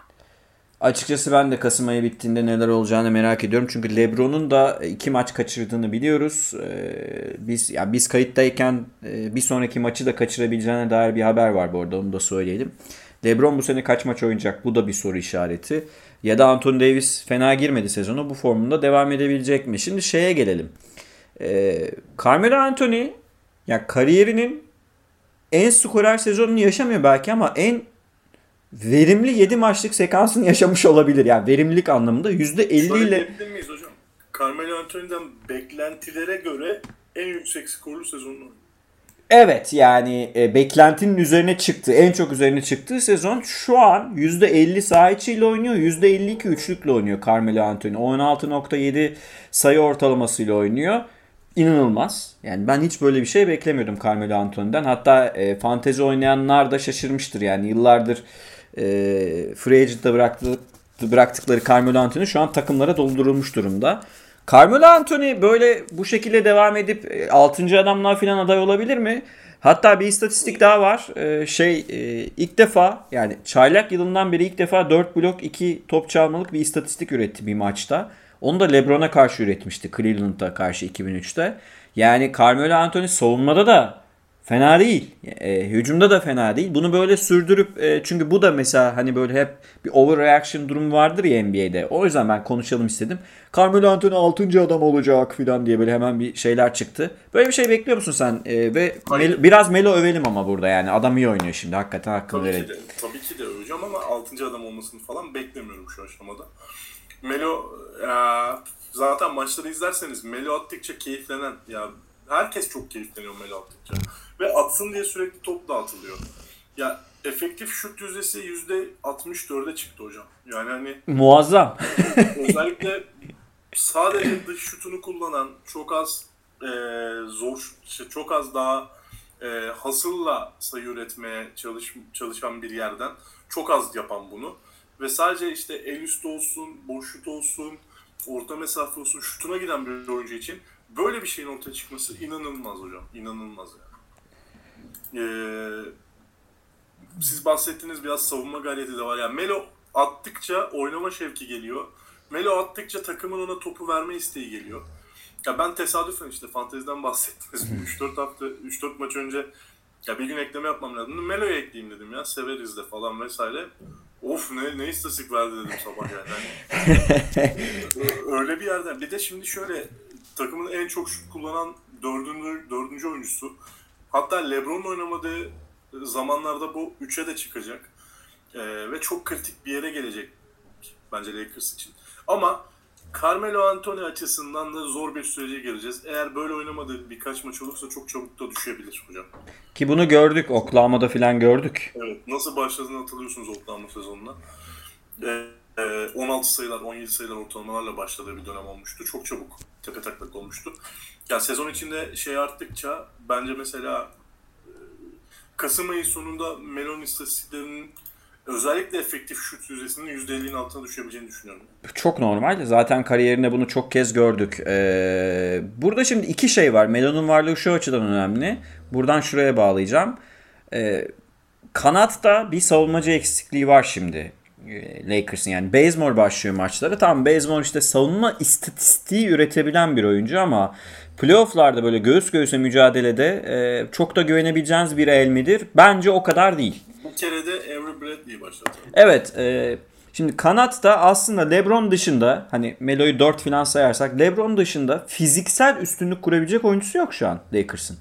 Açıkçası ben de Kasım ayı bittiğinde neler olacağını merak ediyorum. Çünkü LeBron'un da iki maç kaçırdığını biliyoruz. Ee, biz ya biz kayıttayken e, bir sonraki maçı da kaçırabileceğine dair bir haber var bu arada onu da söyleyelim. LeBron bu sene kaç maç oynayacak? Bu da bir soru işareti. Ya da Anthony Davis fena girmedi sezonu. Bu formunda devam edebilecek mi? Şimdi şeye gelelim. Ee, Carmelo Anthony ya kariyerinin en skorer sezonunu yaşamıyor belki ama en verimli yedi maçlık sekansını yaşamış olabilir. Yani verimlilik anlamında yüzde elli Şöyle ile diyebilir miyiz hocam? Carmelo Anthony'den beklentilere göre en yüksek skorlu sezonunu oynadı. evet yani e, beklentinin üzerine çıktı. En çok üzerine çıktığı sezon şu an yüzde elli saha içiyle oynuyor. yüzde elli iki üçlükle oynuyor Carmelo Anthony. on altı nokta yedi sayı ortalamasıyla oynuyor. İnanılmaz. Yani ben hiç böyle bir şey beklemiyordum Carmelo Anthony'den. Hatta e, fantezi oynayanlar da şaşırmıştır. Yani yıllardır e, free agent'ta bıraktı, bıraktıkları Carmelo Anthony şu an takımlara doldurulmuş durumda. Carmelo Anthony böyle bu şekilde devam edip e, altıncı adamlar falan aday olabilir mi? Hatta bir istatistik daha var. Ee, şey e, ilk defa yani çaylak yılından beri ilk defa dört blok iki top çalmalık bir istatistik üretti bir maçta. Onu da LeBron'a karşı üretmişti Cleveland'a karşı iki bin üçte. Yani Carmelo Anthony savunmada da fena değil. E, hücumda da fena değil. Bunu böyle sürdürüp e, çünkü bu da mesela hani böyle hep bir overreaction durumu vardır ya N B A'de. O yüzden ben konuşalım istedim. Carmelo Anthony altıncı adam olacak falan diye böyle hemen bir şeyler çıktı. Böyle bir şey bekliyor musun sen? E, ve Mel- biraz Melo övelim ama burada yani. Adam iyi oynuyor şimdi. Hakikaten hakkını Tabii verelim. ki de, tabii ki de öveceğim ama altıncı adam olmasını falan beklemiyorum şu aşamada. Melo e, zaten maçları izlerseniz Melo attıkça keyiflenen ya herkes çok keyifleniyor Melo attıkça. Ve atsın diye sürekli top dağıtılıyor. Ya efektif şut yüzdesi yüzde altmış dörde çıktı hocam. Yani hani Muazzam. özellikle sadece dış şutunu kullanan çok az e, zor şey, çok az daha e, hasılla sayı üretmeye çalış, çalışan bir yerden çok az yapan bunu ve sadece işte el üstü olsun, boş şut olsun, orta mesafe olsun şutuna giden bir oyuncu için böyle bir şeyin ortaya çıkması inanılmaz hocam. İnanılmaz yani. Ee, siz bahsettiğiniz biraz savunma gayreti de var. Yani Melo attıkça oynama şevki geliyor. Melo attıkça takımın ona topu verme isteği geliyor. Ya ben tesadüfen işte fanteziden bahsettiniz. üç dört hafta, üç dört maç önce ya bir gün ekleme yapmam lazım. Melo'yu ekleyeyim dedim ya. Severiz de falan vesaire. Of ne ne istatistik verdi dedim sabah yani. Yani öyle bir yerden. Bir de şimdi şöyle takımın en çok şut kullanan dördüncü, dördüncü oyuncusu. Hatta LeBron'un oynamadığı zamanlarda bu üçe de çıkacak. Ee, ve çok kritik bir yere gelecek bence Lakers için. Ama Carmelo Anthony açısından da zor bir sürece gireceğiz. Eğer böyle oynamadığı birkaç maç olursa çok çabuk da düşebilir hocam. Ki bunu gördük. Oklahoma'da falan gördük. Evet. Nasıl başladığını hatırlıyorsunuz Oklahoma sezonuna. Ee, Ee, on altı sayılar, on yedi sayılar ortalamalarla başladığı bir dönem olmuştu. Çok çabuk tepe taklak olmuştu. Yani sezon içinde şey arttıkça bence mesela Kasım ayı sonunda Melo'nun istatistiklerinin özellikle efektif şut yüzdesinin yüzde ellinin altına düşebileceğini düşünüyorum. Çok normal. Zaten kariyerinde bunu çok kez gördük. Ee, burada şimdi iki şey var. Melo'nun varlığı şu açıdan önemli. Buradan şuraya bağlayacağım. Ee, Kanatta bir savunmacı eksikliği var şimdi. Ee, Lakers'ın yani Bazemore başlıyor maçlara. Tamam, Bazemore işte savunma istatistiği üretebilen bir oyuncu ama playoff'larda böyle göğüs göğüse mücadelede e, çok da güvenebileceğiniz bir el midir? Bence o kadar değil. Bir kere de Avery Bradley'i başlattı. Evet. E, şimdi kanatta aslında LeBron dışında, hani Melo'yu dört falan sayarsak, LeBron dışında fiziksel üstünlük kurabilecek oyuncusu yok şu an Lakers'ın.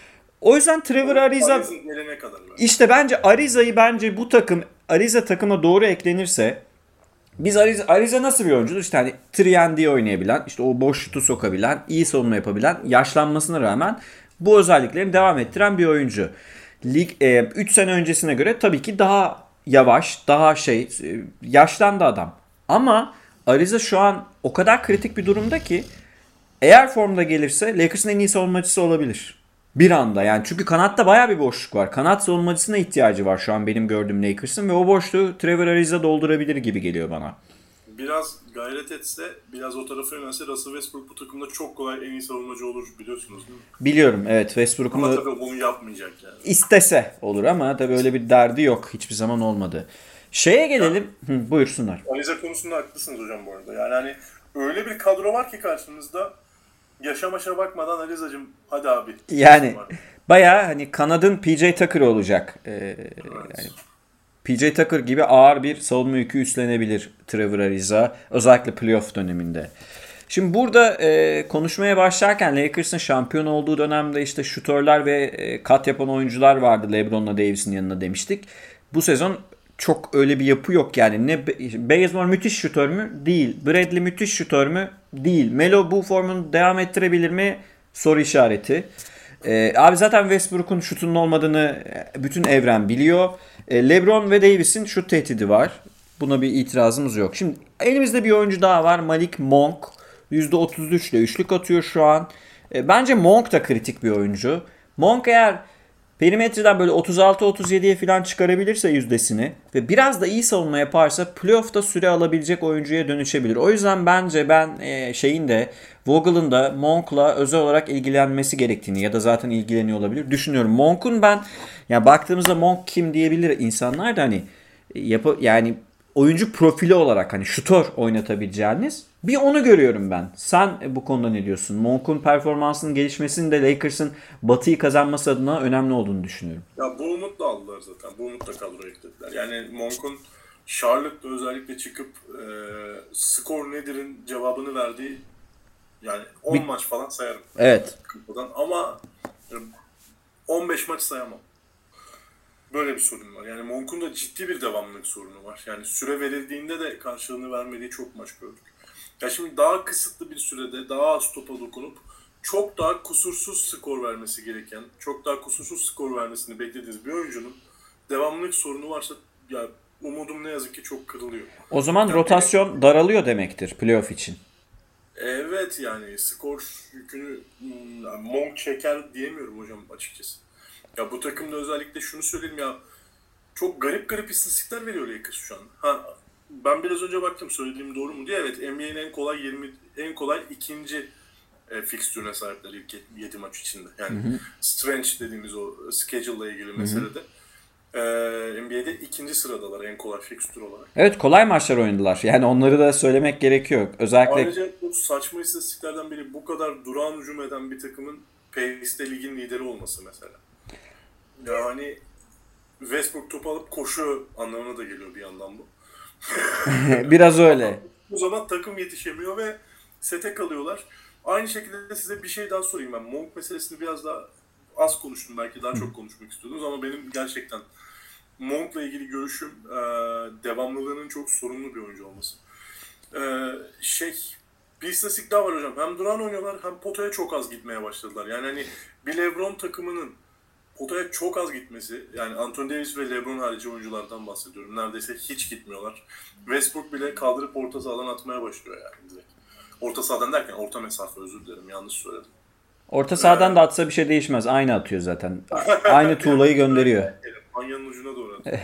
O yüzden Trevor Ariza, Ariza gelene kadar böyle. işte bence Ariza'yı bence bu takım Ariza takıma doğru eklenirse, biz Ariza, Ariza nasıl bir oyuncudur? İşte hani üç and D oynayabilen, işte o boş şutu sokabilen, iyi savunma yapabilen, yaşlanmasına rağmen bu özelliklerini devam ettiren bir oyuncu. Lig üç sene öncesine göre tabii ki daha yavaş, daha şey, e, yaşlandı adam. Ama Ariza şu an o kadar kritik bir durumda ki eğer formda gelirse Lakers'ın en iyi savunmacısı olabilir. Bir anda yani, çünkü kanatta baya bir boşluk var. Kanat savunmacısına ihtiyacı var şu an benim gördüğüm Lakers'ın ve o boşluğu Trevor Ariza doldurabilir gibi geliyor bana. Biraz gayret etse, biraz o tarafa yönelse Russell Westbrook bu takımda çok kolay en iyi savunmacı olur, biliyorsunuz değil mi? Biliyorum, evet, Westbrook'un Ama da tabii bunu yapmayacak yani. istese olur ama tabii öyle bir derdi yok. Hiçbir zaman olmadı. Şeye gelelim. Hı, buyursunlar. Ariza konusunda haklısınız hocam bu arada. Yani hani öyle bir kadro var ki karşımızda, yaşa maşa bakmadan Ariza'cığım hadi abi. Yani bayağı hani kanadın P J Tucker olacak. Ee, Evet. yani P J Tucker gibi ağır bir savunma yükü üstlenebilir Trevor Ariza. Özellikle playoff döneminde. Şimdi burada e, konuşmaya başlarken Lakers'ın şampiyon olduğu dönemde işte şutörler ve e, kat yapan oyuncular vardı LeBron'la Davis'in yanına demiştik. Bu sezon çok öyle bir yapı yok yani. Ne Bazemore müthiş şutör mü? Değil. Bradley müthiş şutör mü? Değil. Melo bu formunu devam ettirebilir mi? Soru işareti. Ee, abi zaten Westbrook'un şutunun olmadığını bütün evren biliyor. Ee, LeBron ve Davis'in şut tehdidi var. Buna bir itirazımız yok. Şimdi elimizde bir oyuncu daha var. Malik Monk. yüzde otuz üç ile üçlük atıyor şu an. Ee, bence Monk da kritik bir oyuncu. Monk eğer perimetreden böyle otuz altı otuz yediye falan çıkarabilirse yüzdesini ve biraz da iyi savunma yaparsa playoff'ta süre alabilecek oyuncuya dönüşebilir. O yüzden bence ben e, şeyin de Vogel'ın da Monk'la özel olarak ilgilenmesi gerektiğini, ya da zaten ilgileniyor olabilir, düşünüyorum. Monk'un ben ya baktığımızda Monk kim diyebilir insanlar da hani yapı yani oyuncu profili olarak hani şutör oynatabileceğiniz bir onu görüyorum ben. Sen bu konuda ne diyorsun? Monk'un performansının gelişmesinin de Lakers'ın Batı'yı kazanması adına önemli olduğunu düşünüyorum. Ya bu umutla aldılar zaten. Bu umutla kadroya eklediler. Yani Monk'un Charlotte'da özellikle çıkıp e, skor nedir'in cevabını verdiği, yani on bir maç falan sayarım. Evet. Ama on beş maç sayamam. Böyle bir sorun var. Yani Monk'un da ciddi bir devamlılık sorunu var. Yani süre verildiğinde de karşılığını vermediği çok maç gördük. Ya şimdi daha kısıtlı bir sürede daha az topa dokunup çok daha kusursuz skor vermesi gereken, çok daha kusursuz skor vermesini beklediğiniz bir oyuncunun devamlılık sorunu varsa ya umudum ne yazık ki çok kırılıyor. O zaman yani rotasyon benim, daralıyor demektir playoff için. Evet, yani skor yükünü Monk çeker diyemiyorum hocam açıkçası. Ya bu takımda özellikle şunu söyleyeyim ya, çok garip garip istatistikler veriyor Lakers şu an. Ha, ben biraz önce baktım, söylediğim doğru mu diye. Evet, N B A'nin en kolay yirmi en kolay ikinci e, fikstürüne sahipler ilk yedi maç içinde. Yani hı hı. Strange dediğimiz o schedule ile ilgili meselede. Ee, N B A'de ikinci sıradalar en kolay fikstür olarak. Evet, kolay maçlar oynadılar. Yani onları da söylemek gerekiyor. Özellikle ayrıca bu saçma istatistiklerden biri bu kadar durağan hücum eden bir takımın pace'de ligin lideri olması mesela. Yani Westbrook topu alıp koşuyor anlamına da geliyor bir yandan bu. Biraz öyle. O zaman takım yetişemiyor ve sete kalıyorlar. Aynı şekilde size bir şey daha sorayım ben. Monk meselesini biraz daha az konuştum. Belki daha çok konuşmak istiyordunuz ama benim gerçekten Monk'la ilgili görüşüm e, devamlılığının çok sorunlu bir oyuncu olması. E, şey, bir istatistik daha var hocam. Hem duran oynuyorlar hem potaya çok az gitmeye başladılar. Yani hani bir LeBron takımının potaya çok az gitmesi, yani Anthony Davis ve LeBron harici oyunculardan bahsediyorum. Neredeyse hiç gitmiyorlar. Westbrook bile kaldırıp orta sahadan atmaya başlıyor yani direkt. Orta sahadan derken orta mesafe, özür dilerim, yanlış söyledim. Orta sahadan ee... da atsa bir şey değişmez. Aynı atıyor zaten. Aynı tuğlayı gönderiyor. Manyanın ucuna doğru atıyor.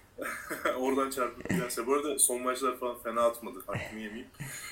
Oradan çarpıp giderse. Bu arada son maçlar falan fena atmadı. Hakkını yemeyeyim.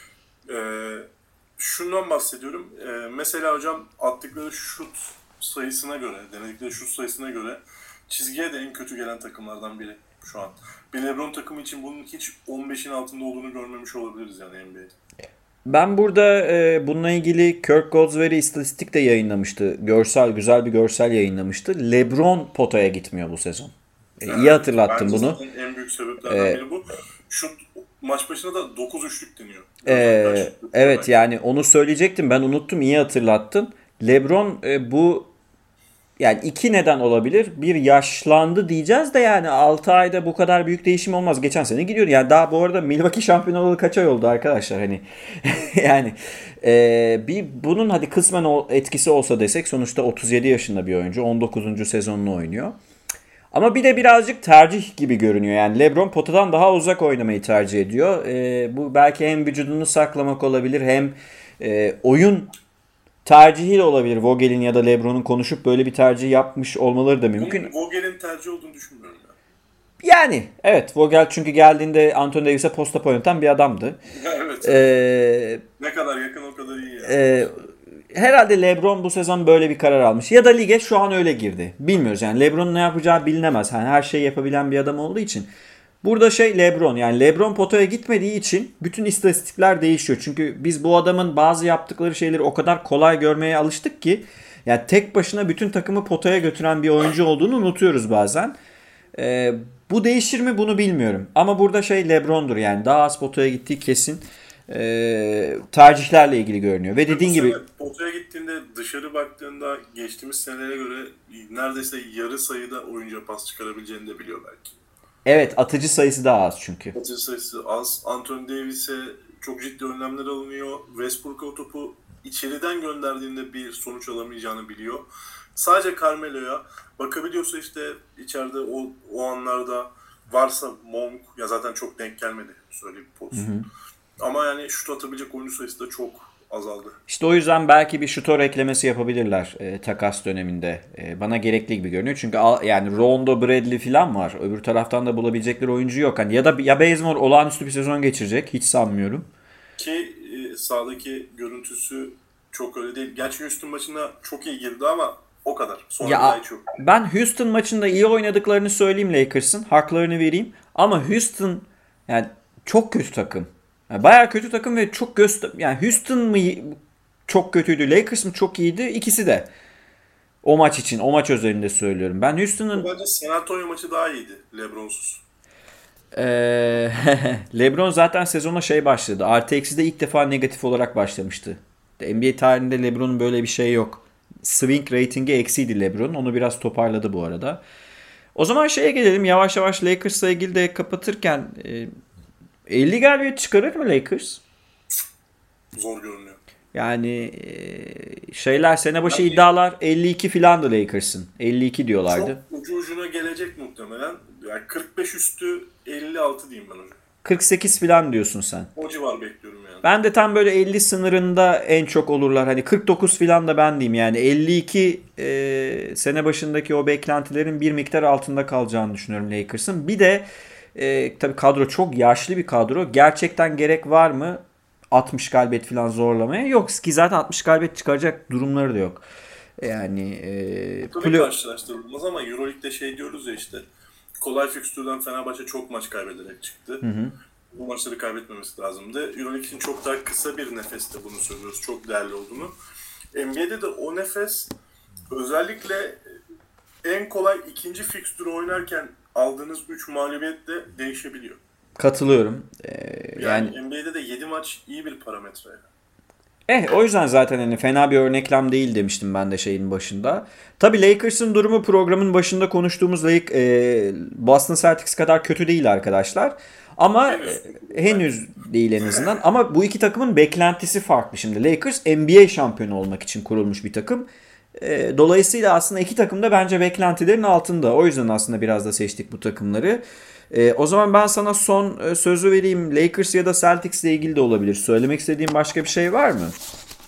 Ee, şundan bahsediyorum. Ee, mesela hocam attıkları şut sayısına göre, denedikleri şut sayısına göre çizgiye de en kötü gelen takımlardan biri şu an. Bir LeBron takımı için bunun hiç on beşin altında olduğunu görmemiş olabiliriz yani N B A'de. Ben burada e, bununla ilgili Kirk Goldsberry istatistik de yayınlamıştı. Görsel, güzel bir görsel yayınlamıştı. LeBron potaya gitmiyor bu sezon. E, iyi hatırlattın bence bunu. En büyük sebeplerden ee, biri bu. Şut maç başına da dokuz üçlük deniyor. E, evet yani onu söyleyecektim. Ben unuttum. İyi hatırlattın. LeBron e, bu yani iki neden olabilir. Bir, yaşlandı diyeceğiz de yani altı ayda bu kadar büyük değişim olmaz. Geçen sene gidiyordu. Yani daha bu arada Milwaukee şampiyon olalı kaç ay oldu arkadaşlar hani. yani e, bir bunun hadi kısmen etkisi olsa desek sonuçta otuz yedi yaşında bir oyuncu. on dokuzuncu sezonunu oynuyor. Ama bir de birazcık tercih gibi görünüyor. Yani LeBron potadan daha uzak oynamayı tercih ediyor. E, bu belki hem vücudunu saklamak olabilir hem e, oyun tercihiyle olabilir. Vogel'in ya da LeBron'un konuşup böyle bir tercih yapmış olmaları da mümkün. Vogel'in tercih olduğunu düşünmüyorum ya. Yani evet, Vogel çünkü geldiğinde Anthony Davis'e posta oynatan bir adamdı. evet. Ee, ne kadar yakın o kadar iyi. Yani. E, herhalde LeBron bu sezon böyle bir karar almış. Ya da lige şu an öyle girdi. Bilmiyoruz yani LeBron'un ne yapacağı bilinemez. Yani her şeyi yapabilen bir adam olduğu için. Burada şey LeBron yani LeBron potaya gitmediği için bütün istatistikler değişiyor. Çünkü biz bu adamın bazı yaptıkları şeyleri o kadar kolay görmeye alıştık ki yani tek başına bütün takımı potaya götüren bir oyuncu olduğunu unutuyoruz bazen. Ee, bu değişir mi bunu bilmiyorum. Ama burada şey LeBron'dur yani daha az potaya gittiği kesin. Ee, tercihlerle ilgili görünüyor. Ve dediğin gibi potaya gittiğinde dışarı baktığında geçtiğimiz senelere göre neredeyse yarı sayıda oyuncuya pas çıkarabileceğini de biliyor belki. Evet, atıcı sayısı daha az çünkü. Atıcı sayısı az. Anthony Davis'e çok ciddi önlemler alınıyor. Westbrook'a o topu içeriden gönderdiğinde bir sonuç alamayacağını biliyor. Sadece Carmelo'ya bakabiliyorsa işte içeride o, o anlarda varsa Monk, ya zaten çok denk gelmedi söyleyeyim pozisyon. Hı hı. Ama yani şut atabilecek oyuncu sayısı da çok azaldı. İşte o yüzden belki bir şutör eklemesi yapabilirler e, takas döneminde. E, bana gerekli gibi görünüyor. Çünkü al, yani Rondo, Bradley falan var. Öbür taraftan da bulabilecekleri oyuncu yok. Hani ya da ya Bazemore olağanüstü bir sezon geçirecek. Hiç sanmıyorum. Ki e, sahadaki görüntüsü çok öyle değil. Gerçi Houston maçında çok iyi girdi ama o kadar. Sonra ya, hiç yok. Ben Houston maçında iyi oynadıklarını söyleyeyim Lakers'ın. Haklarını vereyim. Ama Houston yani çok kötü takım. Yani bayağı kötü takım ve çok göster yani Houston mı çok kötüydü, Lakers mı çok iyiydi? İkisi de. O maç için, o maç özelinde söylüyorum. Ben Houston'ın bence San Antonio maçı daha iyiydi LeBron'suz. Ee, LeBron zaten sezona şey başladı. Artı eksi de ilk defa negatif olarak başlamıştı. N B A tarihinde LeBron'un böyle bir şey yok. Swing ratingi eksiydi LeBron. Onu biraz toparladı bu arada. O zaman şeye gelelim. Yavaş yavaş Lakers'la ilgili de kapatırken e, elli galibiyet çıkarır mı Lakers? Zor görünüyor. Yani e, şeyler sene başı yani, iddialar elli iki filandı Lakers'ın. elli iki diyorlardı. Çok ucu ucuna gelecek muhtemelen. Yani kırk beş üstü elli altı diyeyim ben hocam. kırk sekiz filan diyorsun sen. O civar bekliyorum yani. Ben de tam böyle elli sınırında en çok olurlar. Hani kırk dokuz filan da ben diyeyim yani. elli iki e, sene başındaki o beklentilerin bir miktar altında kalacağını düşünüyorum Lakers'ın. Bir de e, tabii kadro çok yaşlı bir kadro. Gerçekten gerek var mı altmış galibiyet falan zorlamaya? Yok ki zaten altmış galibiyet çıkaracak durumları da yok. Yani e, tabii play- karşılaştırılmaz ama Euroleague'de şey diyoruz ya işte kolay fikstürden Fenerbahçe çok maç kaybederek çıktı. Hı hı. Bu maçları kaybetmemesi lazımdı. Euroleague'in çok daha kısa bir nefeste bunu söylüyoruz. Çok değerli olduğunu. N B A'de de o nefes özellikle en kolay ikinci fikstürü oynarken aldığınız üç mağlubiyetle değişebiliyor. Katılıyorum. Ee, yani, yani N B A'de de yedi maç iyi bir parametre. Eh o yüzden zaten hani fena bir örneklem değil demiştim ben de şeyin başında. Tabii Lakers'ın durumu programın başında konuştuğumuz Lake, e, Boston Celtics kadar kötü değil arkadaşlar. Ama henüz, e, henüz değil en azından. Ama bu iki takımın beklentisi farklı şimdi. Lakers N B A şampiyonu olmak için kurulmuş bir takım. E, dolayısıyla aslında iki takım da bence beklentilerin altında. O yüzden aslında biraz da seçtik bu takımları. E, o zaman ben sana son e, sözü vereyim. Lakers ya da Celtics ile ilgili de olabilir. Söylemek istediğin başka bir şey var mı?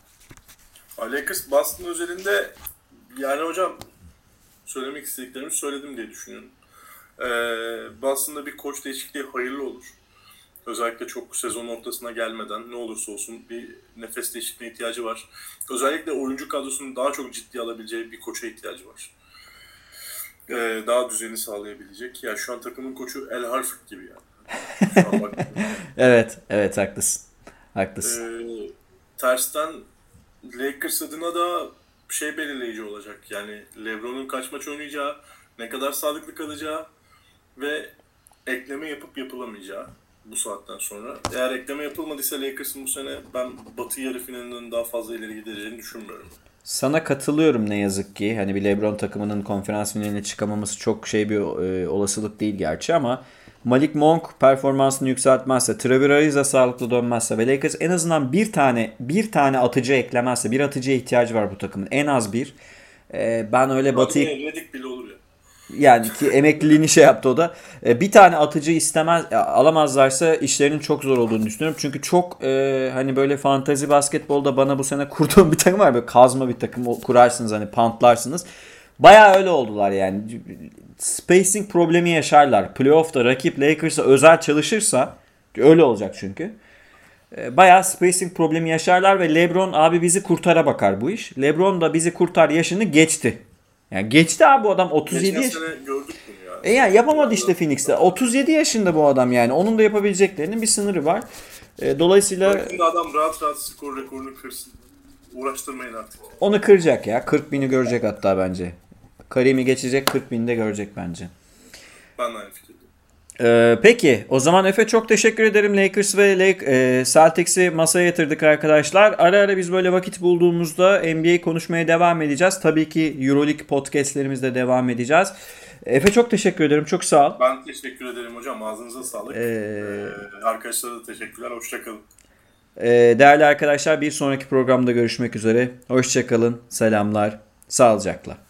Lakers Boston özelinde yani hocam söylemek istediklerimi söyledim diye düşünüyorum. Ee, Boston'da bir koç değişikliği hayırlı olur. Özellikle çok sezon ortasına gelmeden ne olursa olsun bir nefes değişikliğine ihtiyacı var. Özellikle oyuncu kadrosunu daha çok ciddiye alabileceği bir koça ihtiyacı var. Ee, daha düzeni sağlayabilecek. Ya şu an takımın koçu El Harford gibi yani. Şu an bak. Evet, evet haklısın. Haklısın. Ee, tersten Lakers adına da şey belirleyici olacak. Yani LeBron'un kaç maç oynayacağı, ne kadar sağlıklı kalacağı ve ekleme yapıp yapılamayacağı bu saatten sonra. Eğer ekleme yapılmadıysa Lakers'ın bu sene ben Batı yarı finalinden daha fazla ileri gideceğini düşünmüyorum. Sana katılıyorum ne yazık ki. Hani bir LeBron takımının konferans finaline çıkamaması çok şey bir e, olasılık değil gerçi ama Malik Monk performansını yükseltmezse, Trevor Ariza sağlıklı dönmezse ve Lakers en azından bir tane bir tane atıcı eklemezse, bir atıcıya ihtiyacı var bu takımın. En az bir. E, ben öyle Batı'yı Redick bile olur ya. yani ki emekliliğini şey yaptı o da. E, bir tane atıcı istemez alamazlarsa işlerinin çok zor olduğunu düşünüyorum. Çünkü çok e, hani böyle fantazi basketbolda bana bu sene kurduğum bir takım var. Böyle kazma bir takım kurarsınız hani pantlarsınız. Bayağı öyle oldular yani. Spacing problemi yaşarlar. Playoff'ta rakip Lakers'a özel çalışırsa öyle olacak çünkü. E, bayağı spacing problemi yaşarlar ve LeBron abi bizi kurtara bakar bu iş. LeBron da bizi kurtar yaşını geçti. Yani geçti abi bu adam otuz yedi yaş. Geçen sene gördük bunu ya. E yani yapamadı işte Phoenix'te. otuz yedi yaşında bu adam yani. Onun da yapabileceklerinin bir sınırı var. E, dolayısıyla Bırakın da adam rahat rahat skor rekorunu kırsın. Uğraştırmayın artık. onu kıracak ya. kırk bini görecek hatta bence. Karim'i geçecek, kırk bini de görecek bence. Ben de aynı fikirdeyim. Ee, peki o zaman Efe çok teşekkür ederim. Lakers ve Lake, e, Celtics'i masaya yatırdık arkadaşlar. Ara ara biz böyle vakit bulduğumuzda N B A konuşmaya devam edeceğiz. Tabii ki EuroLeague podcastlerimizde devam edeceğiz. Efe çok teşekkür ederim. Çok sağ ol. Ben teşekkür ederim hocam. Ağzınıza sağlık. Ee, Ee, arkadaşlara da teşekkürler. Hoşçakalın. e, değerli arkadaşlar bir sonraki programda görüşmek üzere. Hoşçakalın. Selamlar. Sağlıcakla.